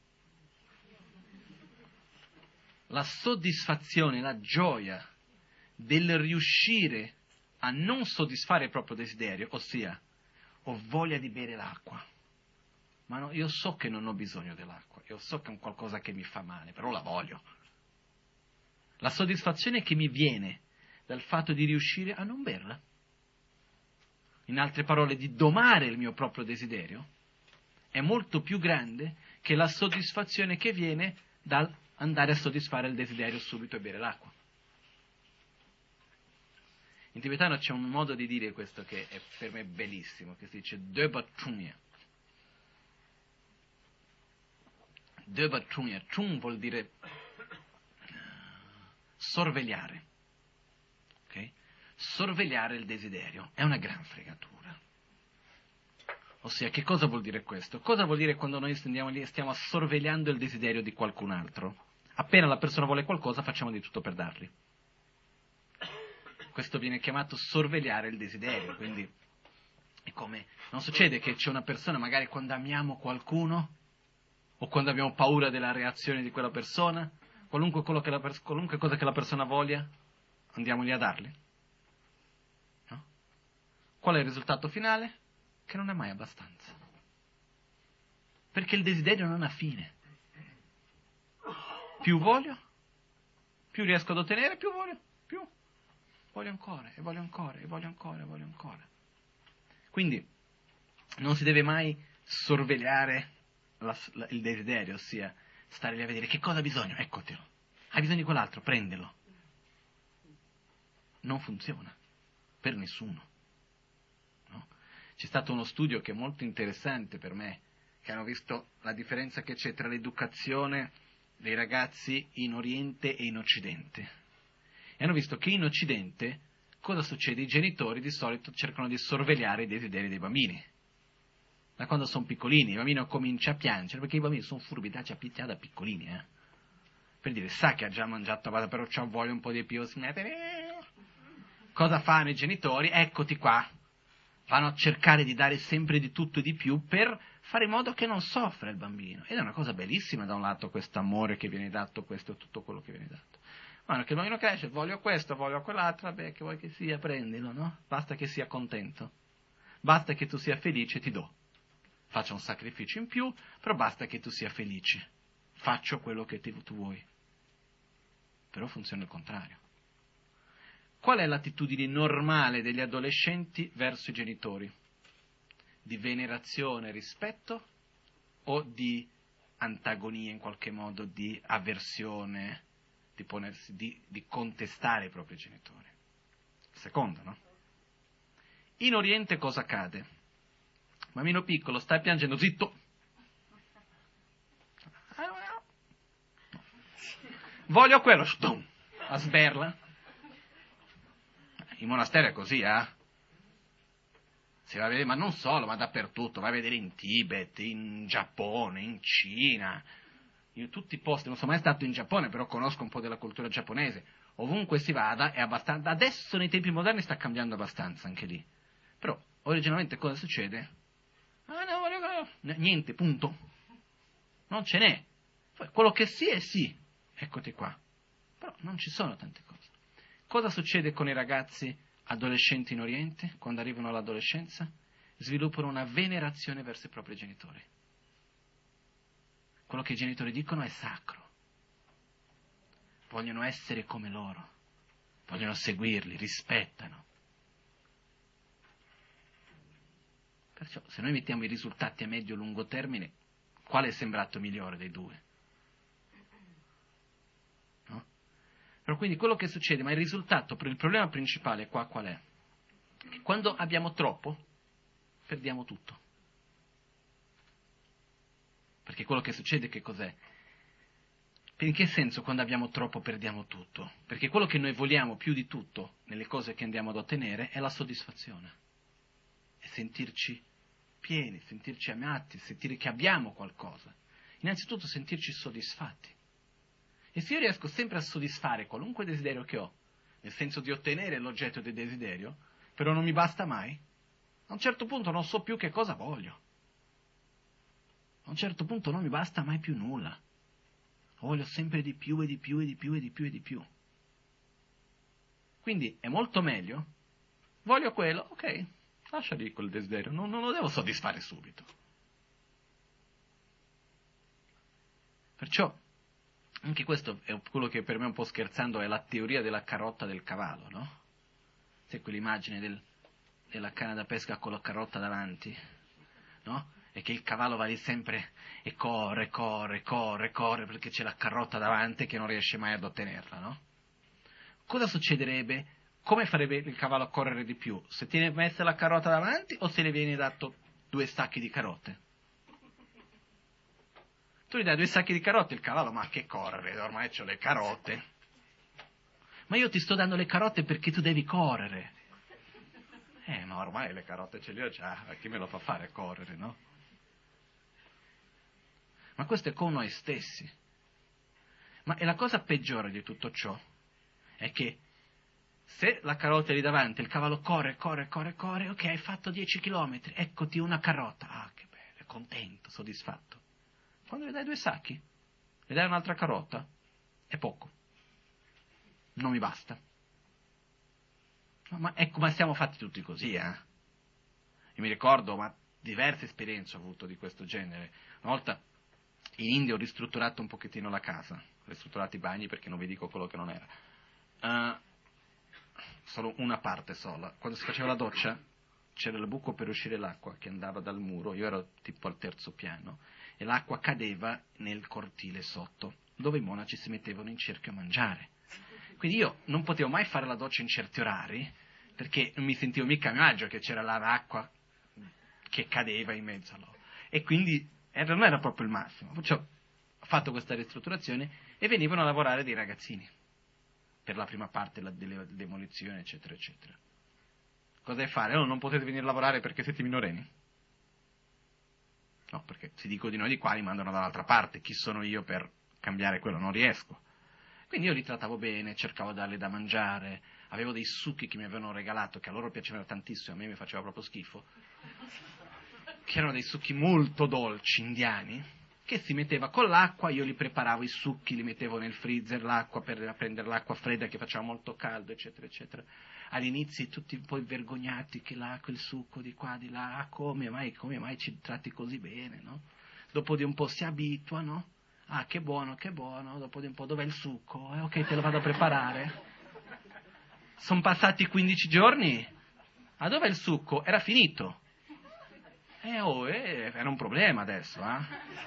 La soddisfazione, la gioia del riuscire a non soddisfare il proprio desiderio, ossia, ho voglia di bere l'acqua, ma no, io so che non ho bisogno dell'acqua, io so che è un qualcosa che mi fa male, però la voglio. La soddisfazione che mi viene dal fatto di riuscire a non berla, in altre parole, di domare il mio proprio desiderio, è molto più grande che la soddisfazione che viene dal andare a soddisfare il desiderio subito e bere l'acqua. In tibetano c'è un modo di dire questo che è per me bellissimo, che si dice Döba Trungya. Döba Trungya, Trung vuol dire sorvegliare. Okay? Sorvegliare il desiderio è una gran fregatura. Ossia, che cosa vuol dire questo? Cosa vuol dire quando noi stiamo, stiamo sorvegliando il desiderio di qualcun altro? Appena la persona vuole qualcosa, facciamo di tutto per dargli. Questo viene chiamato sorvegliare il desiderio, quindi è come, non succede che c'è una persona, magari quando amiamo qualcuno, o quando abbiamo paura della reazione di quella persona, qualunque, quello che la, qualunque cosa che la persona voglia, andiamo lì a dargli. No? Qual è il risultato finale? Che non è mai abbastanza. Perché il desiderio non ha fine. Più voglio, più riesco ad ottenere, più voglio, più voglio ancora, e voglio ancora, e voglio ancora, e voglio ancora. Quindi non si deve mai sorvegliare la, la, il desiderio, ossia stare lì a vedere che cosa ha bisogno, eccotelo. Hai bisogno di quell'altro, prendelo. Non funziona, per nessuno. No? C'è stato uno studio che è molto interessante per me, che hanno visto la differenza che c'è tra l'educazione dei ragazzi in Oriente e in Occidente. E hanno visto che in Occidente cosa succede? I genitori di solito cercano di sorvegliare i desideri dei bambini. Da quando sono piccolini, il bambino comincia a piangere, perché i bambini sono furbi da da piccolini, eh. Per dire, sa che ha già mangiato, però c'ha voglia un po' di più, si mette... Cosa fanno i genitori? Eccoti qua. Vanno a cercare di dare sempre di tutto e di più per fare in modo che non soffra il bambino. Ed è una cosa bellissima da un lato questo amore che viene dato, questo è tutto quello che viene dato. Ma che il bambino cresce, voglio questo, voglio quell'altro, beh, che vuoi che sia, prendilo, no? Basta che sia contento. Basta che tu sia felice, ti do. Faccio un sacrificio in più, però basta che tu sia felice. Faccio quello che ti, tu vuoi. Però funziona il contrario. Qual è l'attitudine normale degli adolescenti verso i genitori? Di venerazione, rispetto o di antagonia in qualche modo, di avversione, di, ponersi, di, di contestare i propri genitori? Secondo, no? In Oriente cosa accade? Bambino piccolo, stai piangendo, zitto! Voglio quello, stum, a sberla. Il monastero è così, eh? Si va a vedere, ma non solo, ma dappertutto. Vai a vedere in Tibet, in Giappone, in Cina. Io tutti i posti, non sono mai stato in Giappone, però conosco un po' della cultura giapponese. Ovunque si vada è abbastanza... Adesso nei tempi moderni sta cambiando abbastanza anche lì. Però originalmente cosa succede? Ah, no, voglio... Niente, punto. Non ce n'è. Poi, quello che sì è sì. Eccoti qua. Però non ci sono tante cose. Cosa succede con i ragazzi adolescenti in Oriente, quando arrivano all'adolescenza? Sviluppano una venerazione verso i propri genitori. Quello che i genitori dicono è sacro. Vogliono essere come loro. Vogliono seguirli, rispettano. Perciò, se noi mettiamo i risultati a medio-lungo termine, quale è sembrato migliore dei due? Però quindi quello che succede, ma il risultato, il problema principale qua qual è? Che quando abbiamo troppo, perdiamo tutto. Perché quello che succede che cos'è? In che senso quando abbiamo troppo perdiamo tutto? Perché quello che noi vogliamo più di tutto nelle cose che andiamo ad ottenere è la soddisfazione. È sentirci pieni, sentirci amati, sentire che abbiamo qualcosa. Innanzitutto sentirci soddisfatti. E se io riesco sempre a soddisfare qualunque desiderio che ho, nel senso di ottenere l'oggetto del desiderio, però non mi basta mai, a un certo punto non so più che cosa voglio. A un certo punto non mi basta mai più nulla. Voglio sempre di più e di più e di più e di più e di più. Quindi è molto meglio, voglio quello, ok, lascia lì quel desiderio, non, non lo devo soddisfare subito. Perciò, anche questo è quello che per me un po' scherzando è la teoria della carrotta del cavallo, no? C'è quell'immagine del, della canna da pesca con la carrotta davanti, no? è che il cavallo va lì sempre e corre, corre, corre, corre, perché c'è la carrotta davanti che non riesce mai ad ottenerla, no? Cosa succederebbe? Come farebbe il cavallo a correre di più? Se tiene messa la carrotta davanti o se le viene dato due sacchi di carote? Tu gli dai due sacchi di carote, il cavallo, ma che correre, ormai c'ho le carote. Ma io ti sto dando le carote perché tu devi correre. Eh, ma ormai le carote ce le ho già, a chi me lo fa fare correre, no? Ma questo è con noi stessi. Ma e la cosa peggiore di tutto ciò è che se la carota è lì davanti, il cavallo corre, corre, corre, corre, ok, hai fatto dieci chilometri, eccoti una carota. Ah, che bello, contento, soddisfatto. Quando le dai due sacchi, le dai un'altra carota, è poco. Non mi basta. No, ma, ecco, ma siamo fatti tutti così, eh? Io mi ricordo, ma diverse esperienze ho avuto di questo genere. Una volta in India ho ristrutturato un pochettino la casa, ho ristrutturato i bagni perché non vi dico quello che non era. Uh, solo una parte sola. Quando si faceva la doccia c'era il buco per uscire l'acqua che andava dal muro, io ero tipo al terzo piano, e l'acqua cadeva nel cortile sotto, dove i monaci si mettevano in cerchio a mangiare. Quindi io non potevo mai fare la doccia in certi orari, perché non mi sentivo mica a mio agio che c'era l'acqua che cadeva in mezzo a loro. E quindi era, non era proprio il massimo. Perciò ho fatto questa ristrutturazione e venivano a lavorare dei ragazzini, per la prima parte della demolizione, eccetera, eccetera. Cosa devi fare? No, non potete venire a lavorare perché siete minorenni? No, perché se dico di noi di qua li mandano dall'altra parte, chi sono io per cambiare quello? Non riesco. Quindi io li trattavo bene, cercavo di darli da mangiare, avevo dei succhi che mi avevano regalato, che a loro piacevano tantissimo, a me mi faceva proprio schifo, che erano dei succhi molto dolci, indiani, che si metteva con l'acqua, io li preparavo i succhi, li mettevo nel freezer, l'acqua per prendere l'acqua fredda che faceva molto caldo, eccetera, eccetera. All'inizio tutti un po' vergognati che l'acqua, il succo di qua, di là, come mai, come mai ci tratti così bene, no? Dopo di un po' si abituano. Ah, che buono, che buono, dopo di un po' dov'è il succo? Eh, ok, te lo vado a preparare. Sono passati quindici giorni. Ah, dov'è il succo? Era finito. Eh, oh, eh, era un problema adesso, eh.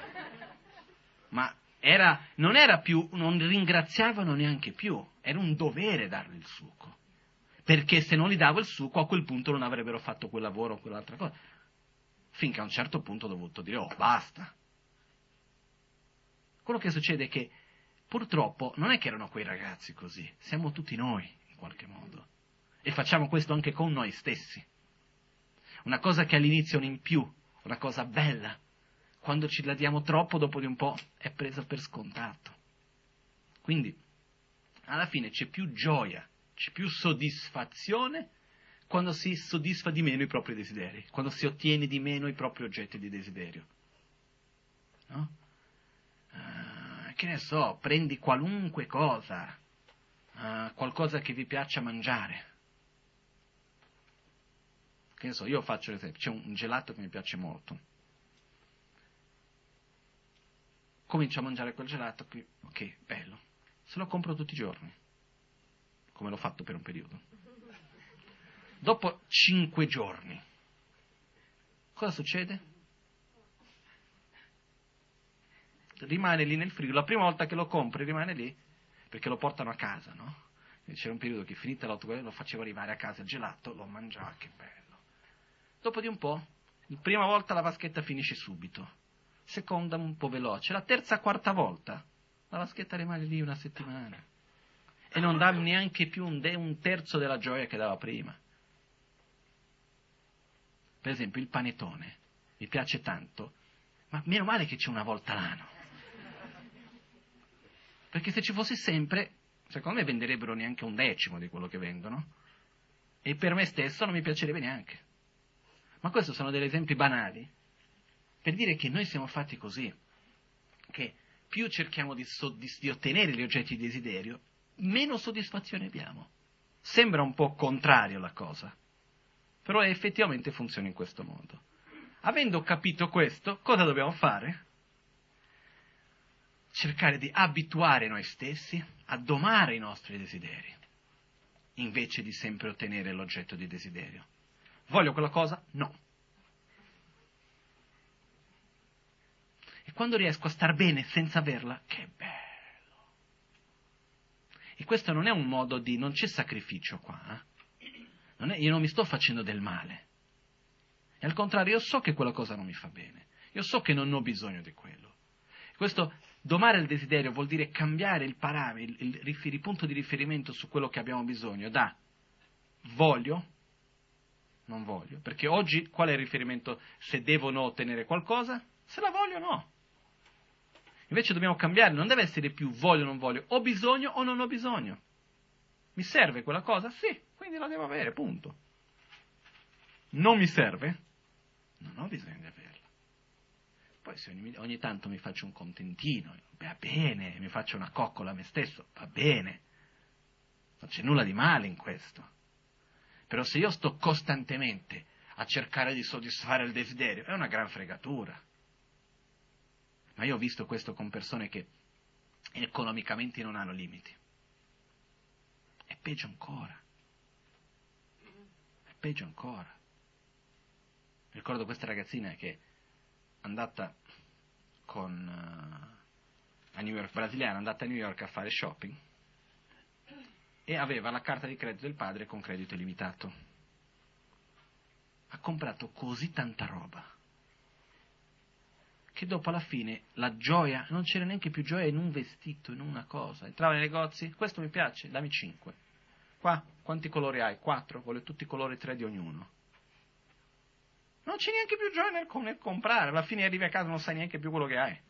Ma era, non era più, non ringraziavano neanche più. Era un dovere dargli il succo. Perché se non gli davo il succo, a quel punto non avrebbero fatto quel lavoro o quell'altra cosa. Finché a un certo punto ho dovuto dire, oh, basta. Quello che succede è che purtroppo non è che erano quei ragazzi così, siamo tutti noi in qualche modo e facciamo questo anche con noi stessi. Una cosa che all'inizio è un in più, una cosa bella, quando ci la diamo troppo dopo di un po' è presa per scontato. Quindi alla fine c'è più gioia, c'è più soddisfazione quando si soddisfa di meno i propri desideri, quando si ottiene di meno i propri oggetti di desiderio. No? Uh, che ne so, prendi qualunque cosa, uh, qualcosa che vi piaccia mangiare. Che ne so, io faccio l'esempio, c'è un gelato che mi piace molto. Comincio a mangiare quel gelato, qui, ok, bello. Se lo compro tutti i giorni, come l'ho fatto per un periodo. Dopo cinque giorni, cosa succede? Rimane lì nel frigo, la prima volta che lo compri rimane lì, perché lo portano a casa, no? E c'era un periodo che finita l'autoguerra lo facevo arrivare a casa il gelato, lo mangiavo, che bello. Dopo di un po', la prima volta la vaschetta finisce subito, seconda un po' veloce, la terza, quarta volta, la vaschetta rimane lì una settimana e non dà neanche più un, de- un terzo della gioia che dava prima. Per esempio il panettone, mi piace tanto, ma meno male che c'è una volta l'anno. Perché se ci fosse sempre, secondo me venderebbero neanche un decimo di quello che vendono. E per me stesso non mi piacerebbe neanche. Ma questi sono degli esempi banali per dire che noi siamo fatti così, che più cerchiamo di, soddisf- di ottenere gli oggetti di desiderio, meno soddisfazione abbiamo. Sembra un po' contrario la cosa, però effettivamente funziona in questo modo. Avendo capito questo, cosa dobbiamo fare? Cercare di abituare noi stessi a domare i nostri desideri, invece di sempre ottenere l'oggetto di desiderio. Voglio quella cosa? No. quando riesco a star bene senza averla, che bello. E questo non è un modo di... non c'è sacrificio qua, eh? non è, io non mi sto facendo del male. E al contrario, io so che quella cosa non mi fa bene. Io so che non ho bisogno di quello. Questo domare il desiderio vuol dire cambiare il parametro, il, il, il punto di riferimento su quello che abbiamo bisogno, da voglio, non voglio, perché oggi qual è il riferimento se devo o no ottenere qualcosa? Se la voglio o no. Invece dobbiamo cambiare, non deve essere più voglio o non voglio, ho bisogno o non ho bisogno. Mi serve quella cosa? Sì, quindi la devo avere, punto. Non mi serve? Non ho bisogno di averla. Poi se ogni, ogni tanto mi faccio un contentino, va bene, mi faccio una coccola a me stesso, va bene. Non c'è nulla di male in questo. Però se io sto costantemente a cercare di soddisfare il desiderio, è una gran fregatura. Ma io ho visto questo con persone che economicamente non hanno limiti. È peggio ancora. È peggio ancora. Ricordo questa ragazzina che è andata con, uh, a New York, brasiliana, è andata a New York a fare shopping e aveva la carta di credito del padre con credito illimitato. Ha comprato così tanta roba che dopo alla fine la gioia, non c'era neanche più gioia in un vestito, in una cosa. Entrava nei negozi, questo mi piace, dammi cinque. Qua, quanti colori hai? Quattro, voglio tutti i colori, tre di ognuno. Non c'è neanche più gioia nel, nel comprare, alla fine arrivi a casa e non sai neanche più quello che hai.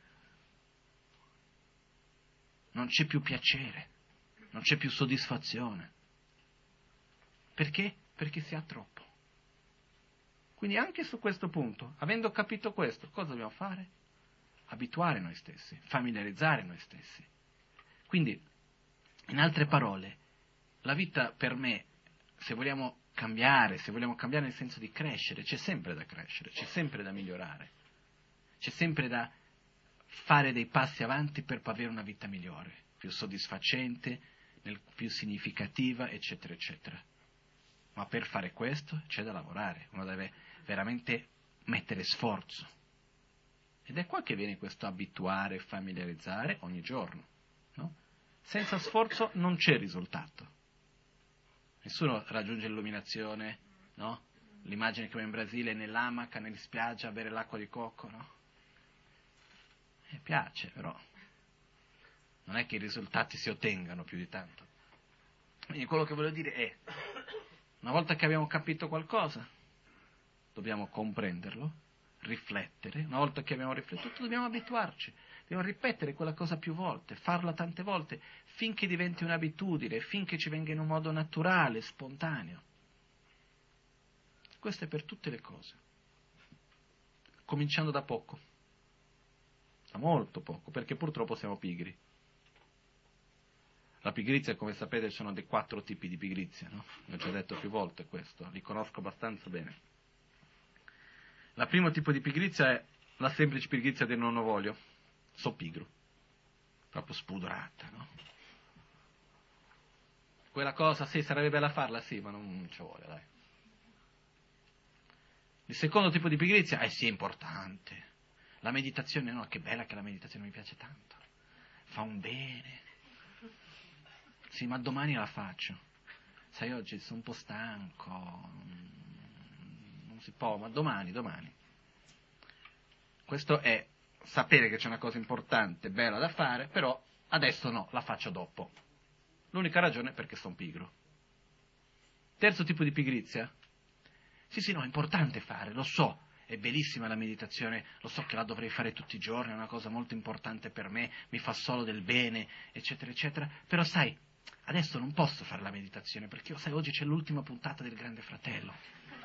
Non c'è più piacere, non c'è più soddisfazione. Perché? Perché si ha troppo. Quindi anche su questo punto, avendo capito questo, cosa dobbiamo fare? Abituare noi stessi, familiarizzare noi stessi. Quindi, in altre parole, la vita per me, se vogliamo cambiare, se vogliamo cambiare nel senso di crescere, c'è sempre da crescere, c'è sempre da migliorare, c'è sempre da fare dei passi avanti per avere una vita migliore, più soddisfacente, più significativa, eccetera, eccetera. Ma per fare questo c'è da lavorare, uno deve veramente mettere sforzo. Ed è qua che viene questo abituare, familiarizzare ogni giorno, no? Senza sforzo non c'è risultato. Nessuno raggiunge l'illuminazione, no? L'immagine che va in Brasile nell'amaca, nella spiaggia, a bere l'acqua di cocco, no? Mi piace, però non è che i risultati si ottengano più di tanto. Quindi quello che voglio dire è, una volta che abbiamo capito qualcosa, dobbiamo comprenderlo, riflettere. Una volta che abbiamo riflettuto, dobbiamo abituarci. Dobbiamo ripetere quella cosa più volte, farla tante volte, finché diventi un'abitudine, finché ci venga in un modo naturale, spontaneo. Questo è per tutte le cose. Cominciando da poco. Da molto poco, perché purtroppo siamo pigri. La pigrizia, come sapete, ci sono dei quattro tipi di pigrizia, no? Ho già detto più volte questo, li conosco abbastanza bene. Il primo tipo di pigrizia è la semplice pigrizia del non lo voglio, so pigro, proprio spudorata, no? Quella cosa, sì, sarebbe bella farla, sì, ma non ci vuole, dai. Il secondo tipo di pigrizia è sì, è importante. La meditazione, no, che bella che la meditazione mi piace tanto, fa un bene. Sì, ma domani la faccio. Sai, oggi sono un po' stanco, non si può, ma domani, domani. Questo è sapere che c'è una cosa importante, bella da fare, però adesso no, la faccio dopo. L'unica ragione è perché sono pigro. Terzo tipo di pigrizia? Sì, sì, no, è importante fare, lo so, è bellissima la meditazione, lo so che la dovrei fare tutti i giorni, è una cosa molto importante per me, mi fa solo del bene, eccetera, eccetera, però sai, adesso non posso fare la meditazione, perché io, sai, oggi c'è l'ultima puntata del Grande Fratello.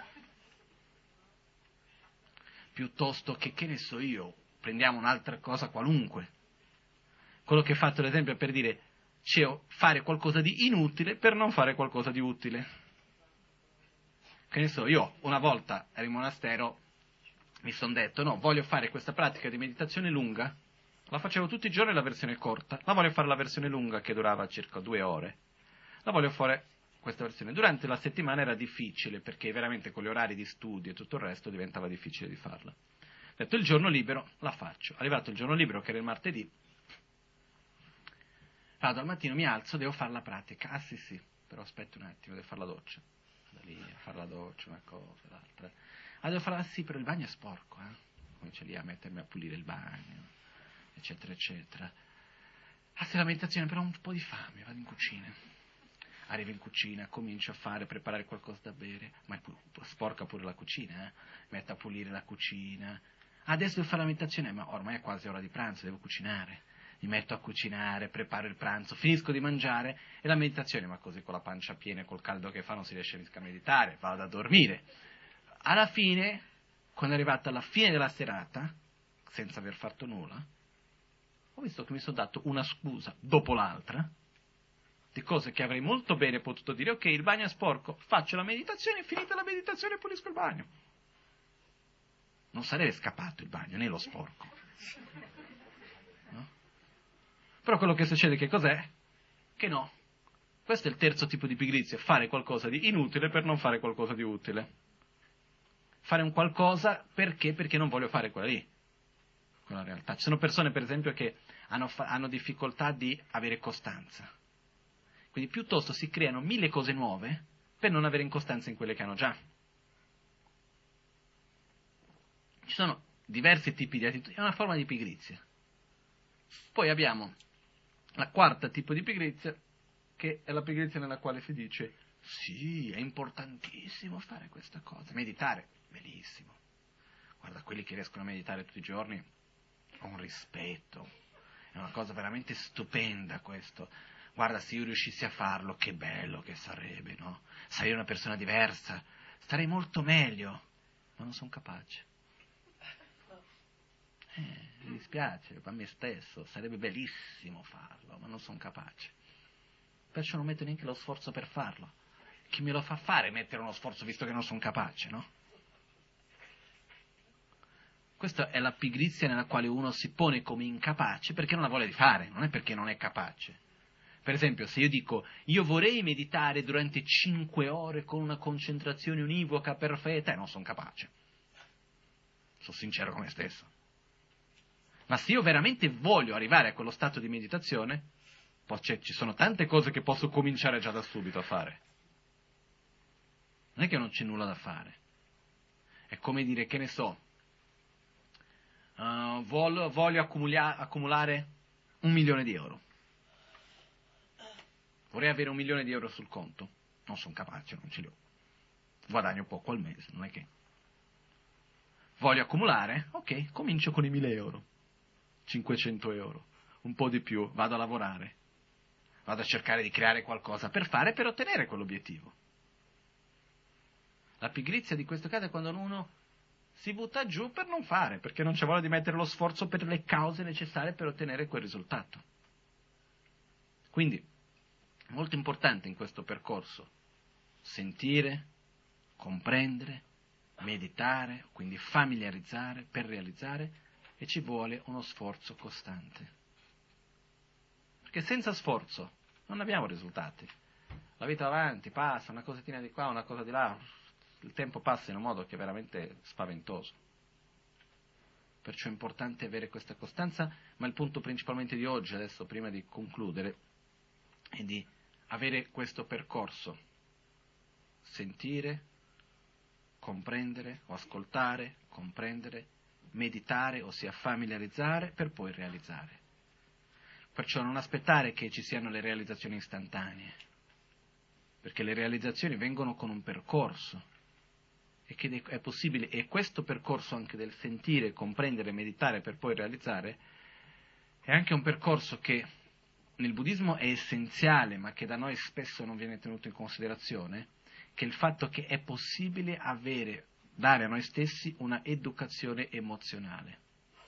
Piuttosto che, che ne so io, prendiamo un'altra cosa qualunque. Quello che ho fatto, ad esempio, per dire, c'è fare qualcosa di inutile per non fare qualcosa di utile. Che ne so, io una volta ero in monastero, mi sono detto, no, voglio fare questa pratica di meditazione lunga, la facevo tutti i giorni la versione corta, la voglio fare la versione lunga che durava circa due ore, la voglio fare questa versione. Durante la settimana era difficile, perché veramente con gli orari di studio e tutto il resto diventava difficile di farla. detto il giorno libero la faccio. Arrivato il giorno libero, che era il martedì, vado al mattino, mi alzo, devo fare la pratica. Ah sì sì, però aspetta un attimo, devo fare la doccia. Da lì a fare la doccia, una cosa, l'altra. Ah, devo fare, ah sì, però il bagno è sporco, eh. Comincio lì a mettermi a pulire il bagno, eccetera, eccetera. Ah sì, la meditazione, però ho un po' di fame, vado in cucina. Arrivo in cucina, comincio a fare, preparare qualcosa da bere, ma è pu- sporca pure la cucina, eh. Metto a pulire la cucina. Adesso devo fare la meditazione, ma ormai è quasi ora di pranzo, devo cucinare. Mi metto a cucinare, preparo il pranzo, finisco di mangiare e la meditazione, ma così con la pancia piena e col caldo che fa non si riesce a meditare, vado a dormire. Alla fine, quando è arrivata alla fine della serata, senza aver fatto nulla, ho visto che mi sono dato una scusa dopo l'altra di cose che avrei molto bene potuto dire. Ok, il bagno è sporco, faccio la meditazione, finita la meditazione pulisco il bagno. Non sarebbe scappato il bagno, né lo sporco. No? Però quello che succede che cos'è? Che no. Questo è il terzo tipo di pigrizia, fare qualcosa di inutile per non fare qualcosa di utile. Fare un qualcosa perché? Perché non voglio fare quella lì, quella realtà. Ci sono persone, per esempio, che hanno, fa- hanno difficoltà di avere costanza. Quindi piuttosto si creano mille cose nuove per non avere incostanza in quelle che hanno già. Ci sono diversi tipi di attitudini, è una forma di pigrizia. Poi abbiamo la quarta tipo di pigrizia, che è la pigrizia nella quale si dice sì, è importantissimo fare questa cosa. Meditare, bellissimo. Guarda, quelli che riescono a meditare tutti i giorni, ho un rispetto. È una cosa veramente stupenda questo. Guarda, se io riuscissi a farlo, che bello che sarebbe, no? Sarei una persona diversa, starei molto meglio, ma non sono capace. Eh, mi dispiace, a me stesso, sarebbe bellissimo farlo, ma non sono capace. Perciò non metto neanche lo sforzo per farlo. Chi me lo fa fare mettere uno sforzo visto che non sono capace, no? Questa è la pigrizia nella quale uno si pone come incapace perché non ha voglia di fare, non è perché non è capace. Per esempio, se io dico, io vorrei meditare durante cinque ore con una concentrazione univoca perfetta, e non sono capace. Sono sincero con me stesso. Ma se io veramente voglio arrivare a quello stato di meditazione, poi ci sono tante cose che posso cominciare già da subito a fare. Non è che non c'è nulla da fare. È come dire, che ne so, uh, voglio, voglio accumulia- accumulare un milione di euro. Vorrei avere un milione di euro sul conto. Non sono capace, non ce li ho. Guadagno poco al mese, non è che... Voglio accumulare? Ok, comincio con i mille euro. cinquecento euro. Un po' di più, vado a lavorare. Vado a cercare di creare qualcosa per fare, per ottenere quell'obiettivo. La pigrizia di questo caso è quando uno si butta giù per non fare, perché non c'è voglia di mettere lo sforzo per le cause necessarie per ottenere quel risultato. Quindi, molto importante in questo percorso, sentire, comprendere, meditare, quindi familiarizzare per realizzare, e ci vuole uno sforzo costante. Perché senza sforzo non abbiamo risultati. La vita avanti, passa, una cosettina di qua, una cosa di là, il tempo passa in un modo che è veramente spaventoso. Perciò è importante avere questa costanza, ma il punto principalmente di oggi, adesso prima di concludere, è di avere questo percorso. Sentire, comprendere o ascoltare, comprendere, meditare, ossia familiarizzare, per poi realizzare. Perciò non aspettare che ci siano le realizzazioni istantanee, perché le realizzazioni vengono con un percorso, e che è possibile, e questo percorso anche del sentire, comprendere, meditare per poi realizzare, è anche un percorso che nel buddismo è essenziale, ma che da noi spesso non viene tenuto in considerazione, che è il fatto che è possibile avere, dare a noi stessi una educazione emozionale.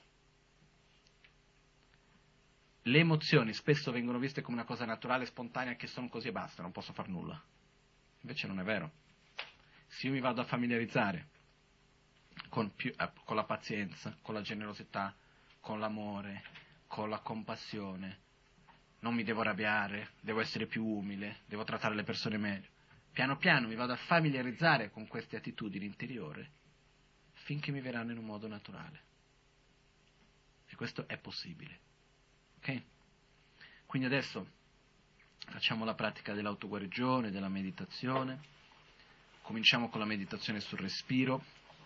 Le emozioni spesso vengono viste come una cosa naturale, spontanea, che sono così e basta, non posso far nulla. Invece non è vero. Se io mi vado a familiarizzare con, più, eh, con la pazienza, con la generosità, con l'amore, con la compassione, non mi devo arrabbiare, devo essere più umile, devo trattare le persone meglio. Piano piano mi vado a familiarizzare con queste attitudini interiori finché mi verranno in un modo naturale. E questo è possibile. Ok? Quindi adesso facciamo la pratica dell'autoguarigione, della meditazione. Cominciamo con la meditazione sul respiro.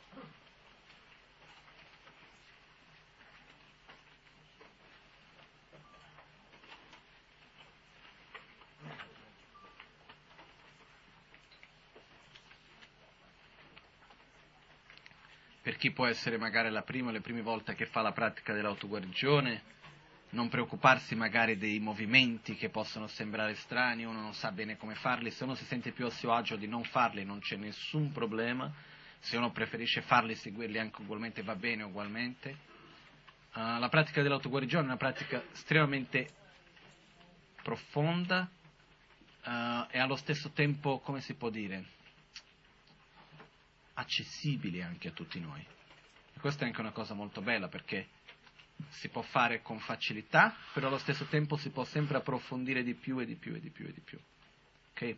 Per chi può essere magari la prima o le prime volte che fa la pratica dell'autoguarigione, non preoccuparsi magari dei movimenti che possono sembrare strani, uno non sa bene come farli, se uno si sente più a suo agio di non farli non c'è nessun problema, se uno preferisce farli e seguirli anche ugualmente va bene ugualmente. Uh, la pratica dell'autoguarigione è una pratica estremamente profonda uh, e allo stesso tempo, come si può dire, accessibile anche a tutti noi. E questa è anche una cosa molto bella perché si può fare con facilità, però allo stesso tempo si può sempre approfondire di più e di più e di più e di più. Ok?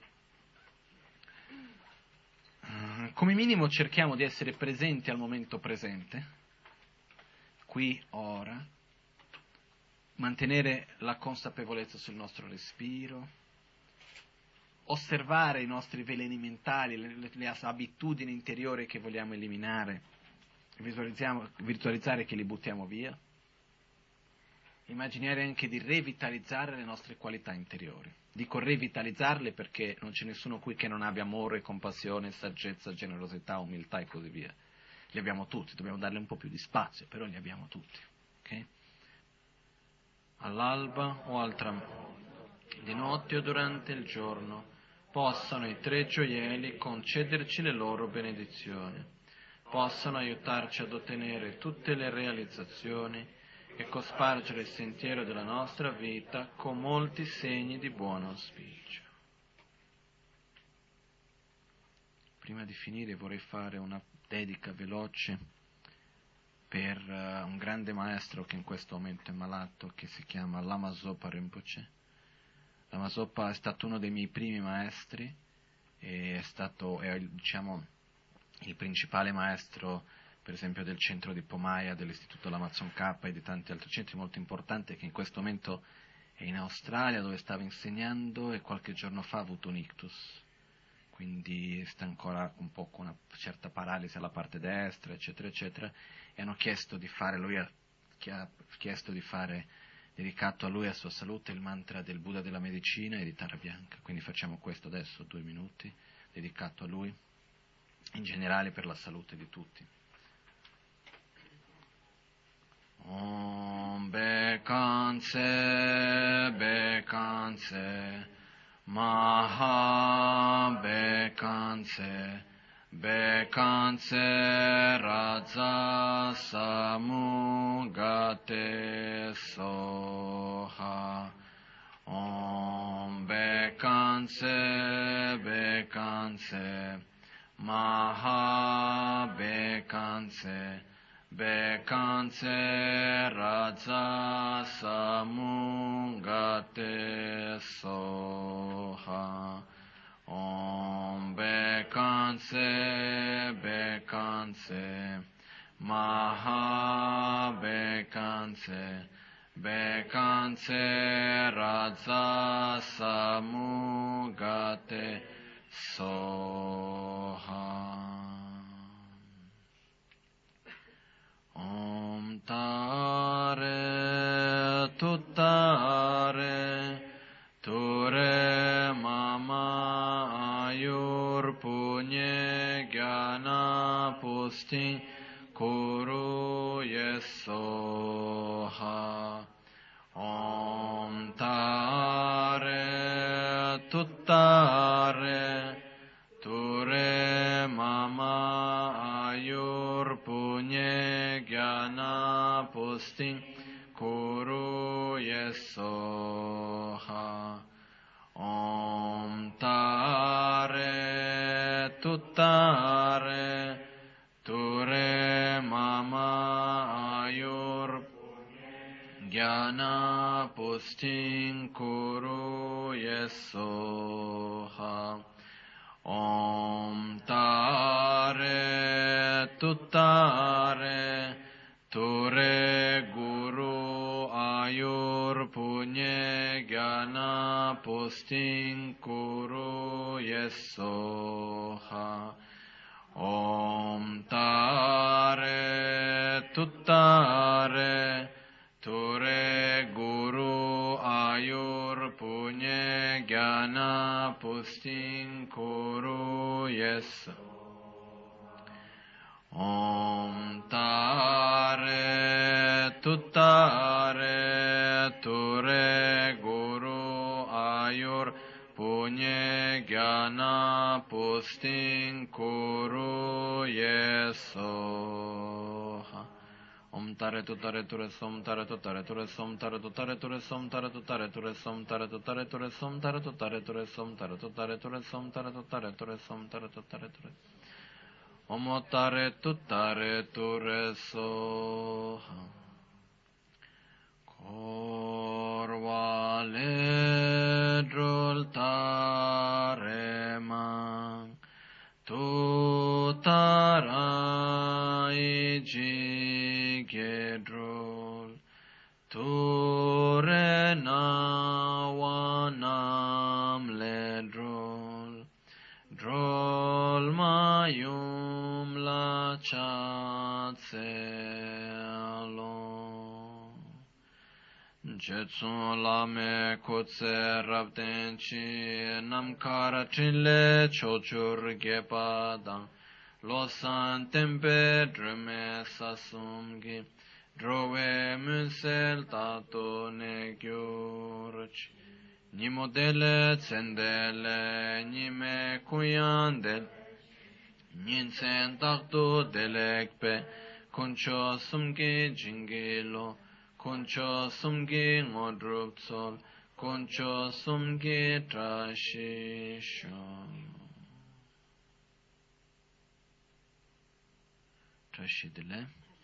Uh, come minimo cerchiamo di essere presenti al momento presente, qui, ora, mantenere la consapevolezza sul nostro respiro, osservare i nostri veleni mentali, le, le, le abitudini interiori che vogliamo eliminare, visualizziamo, virtualizzare che li buttiamo via, immaginare anche di revitalizzare le nostre qualità interiori. Dico revitalizzarle perché non c'è nessuno qui che non abbia amore, compassione, saggezza, generosità, umiltà e così via. Li abbiamo tutti, dobbiamo darle un po' più di spazio, però li abbiamo tutti. Okay? All'alba o al tramonto, di notte o durante il giorno, possano i tre gioielli concederci le loro benedizioni, possano aiutarci ad ottenere tutte le realizzazioni e cospargere il sentiero della nostra vita con molti segni di buon auspicio. Prima di finire vorrei fare una dedica veloce per uh, un grande maestro che in questo momento è malato, che si chiama Lama Zopa Rinpoche. Lama Zopa è stato uno dei miei primi maestri e è stato, è, diciamo, il principale maestro, per esempio, del centro di Pomaya, dell'istituto Lamazon K e di tanti altri centri molto importanti, che in questo momento è in Australia, dove stava insegnando e qualche giorno fa ha avuto un ictus. Quindi sta ancora un po' con una certa paralisi alla parte destra, eccetera, eccetera, e hanno chiesto di fare, lui ha, ha chiesto di fare, dedicato a lui e a sua salute, il mantra del Buddha della medicina e di Tara Bianca. Quindi facciamo questo adesso, due minuti, dedicato a lui, in generale per la salute di tutti. Om Bekanse, Bekanse, Maha Bekanse, Bekanse Raja Samugate Soha. Om Bekanse, Bekanse, Maha Bekanse, Bekanse Raja Samugate Soha. Om Bekanse, Bekanse, Maha Bekanse, Bekanse Raja Samugate Soha. Om Tare Tuttare Ture Mama Ayur Punye Gyana Pusti Kuru Yesoha. Om Tare Tuttare Ture Mama Ayur Punye Gyana Pusti Kuru Yesoha. Om Tare Tuttare Ture Mama Ayur Gyana Pusti Kuru Yesoha. Om Tare Tuttare Ture Guru pustin kuru yesoha. Om tare tuttare ture guru ayur punye gyana pustin kuru yes. Om tare tuttare ture guru ayur punye gyana pustin kuru yesoha. Om tare tuttare ture som tare tuttare ture som tare tuttare ture som tare tuttare ture som tare tuttare ture som tare tuttare ture som tare tuttare ture som tare tuttare ture som tare tuttare ture. Om tare tuttare ture soha. Korvale drol tare mang tu tarai jige drol tu re nawanam le drol drol mayum la chatselo. Jetsun lame kutse rabden chi namkara chile chochur gepadang losan tempe drume sasumgi drove munsel tato ne gyurch nimodele tsendele nime kuyandel ninsen takto delekpe kuncho sumgi jingilo Kuncho sumgi ngodrup sol, kuncho sumgi trashisho. Trashidile.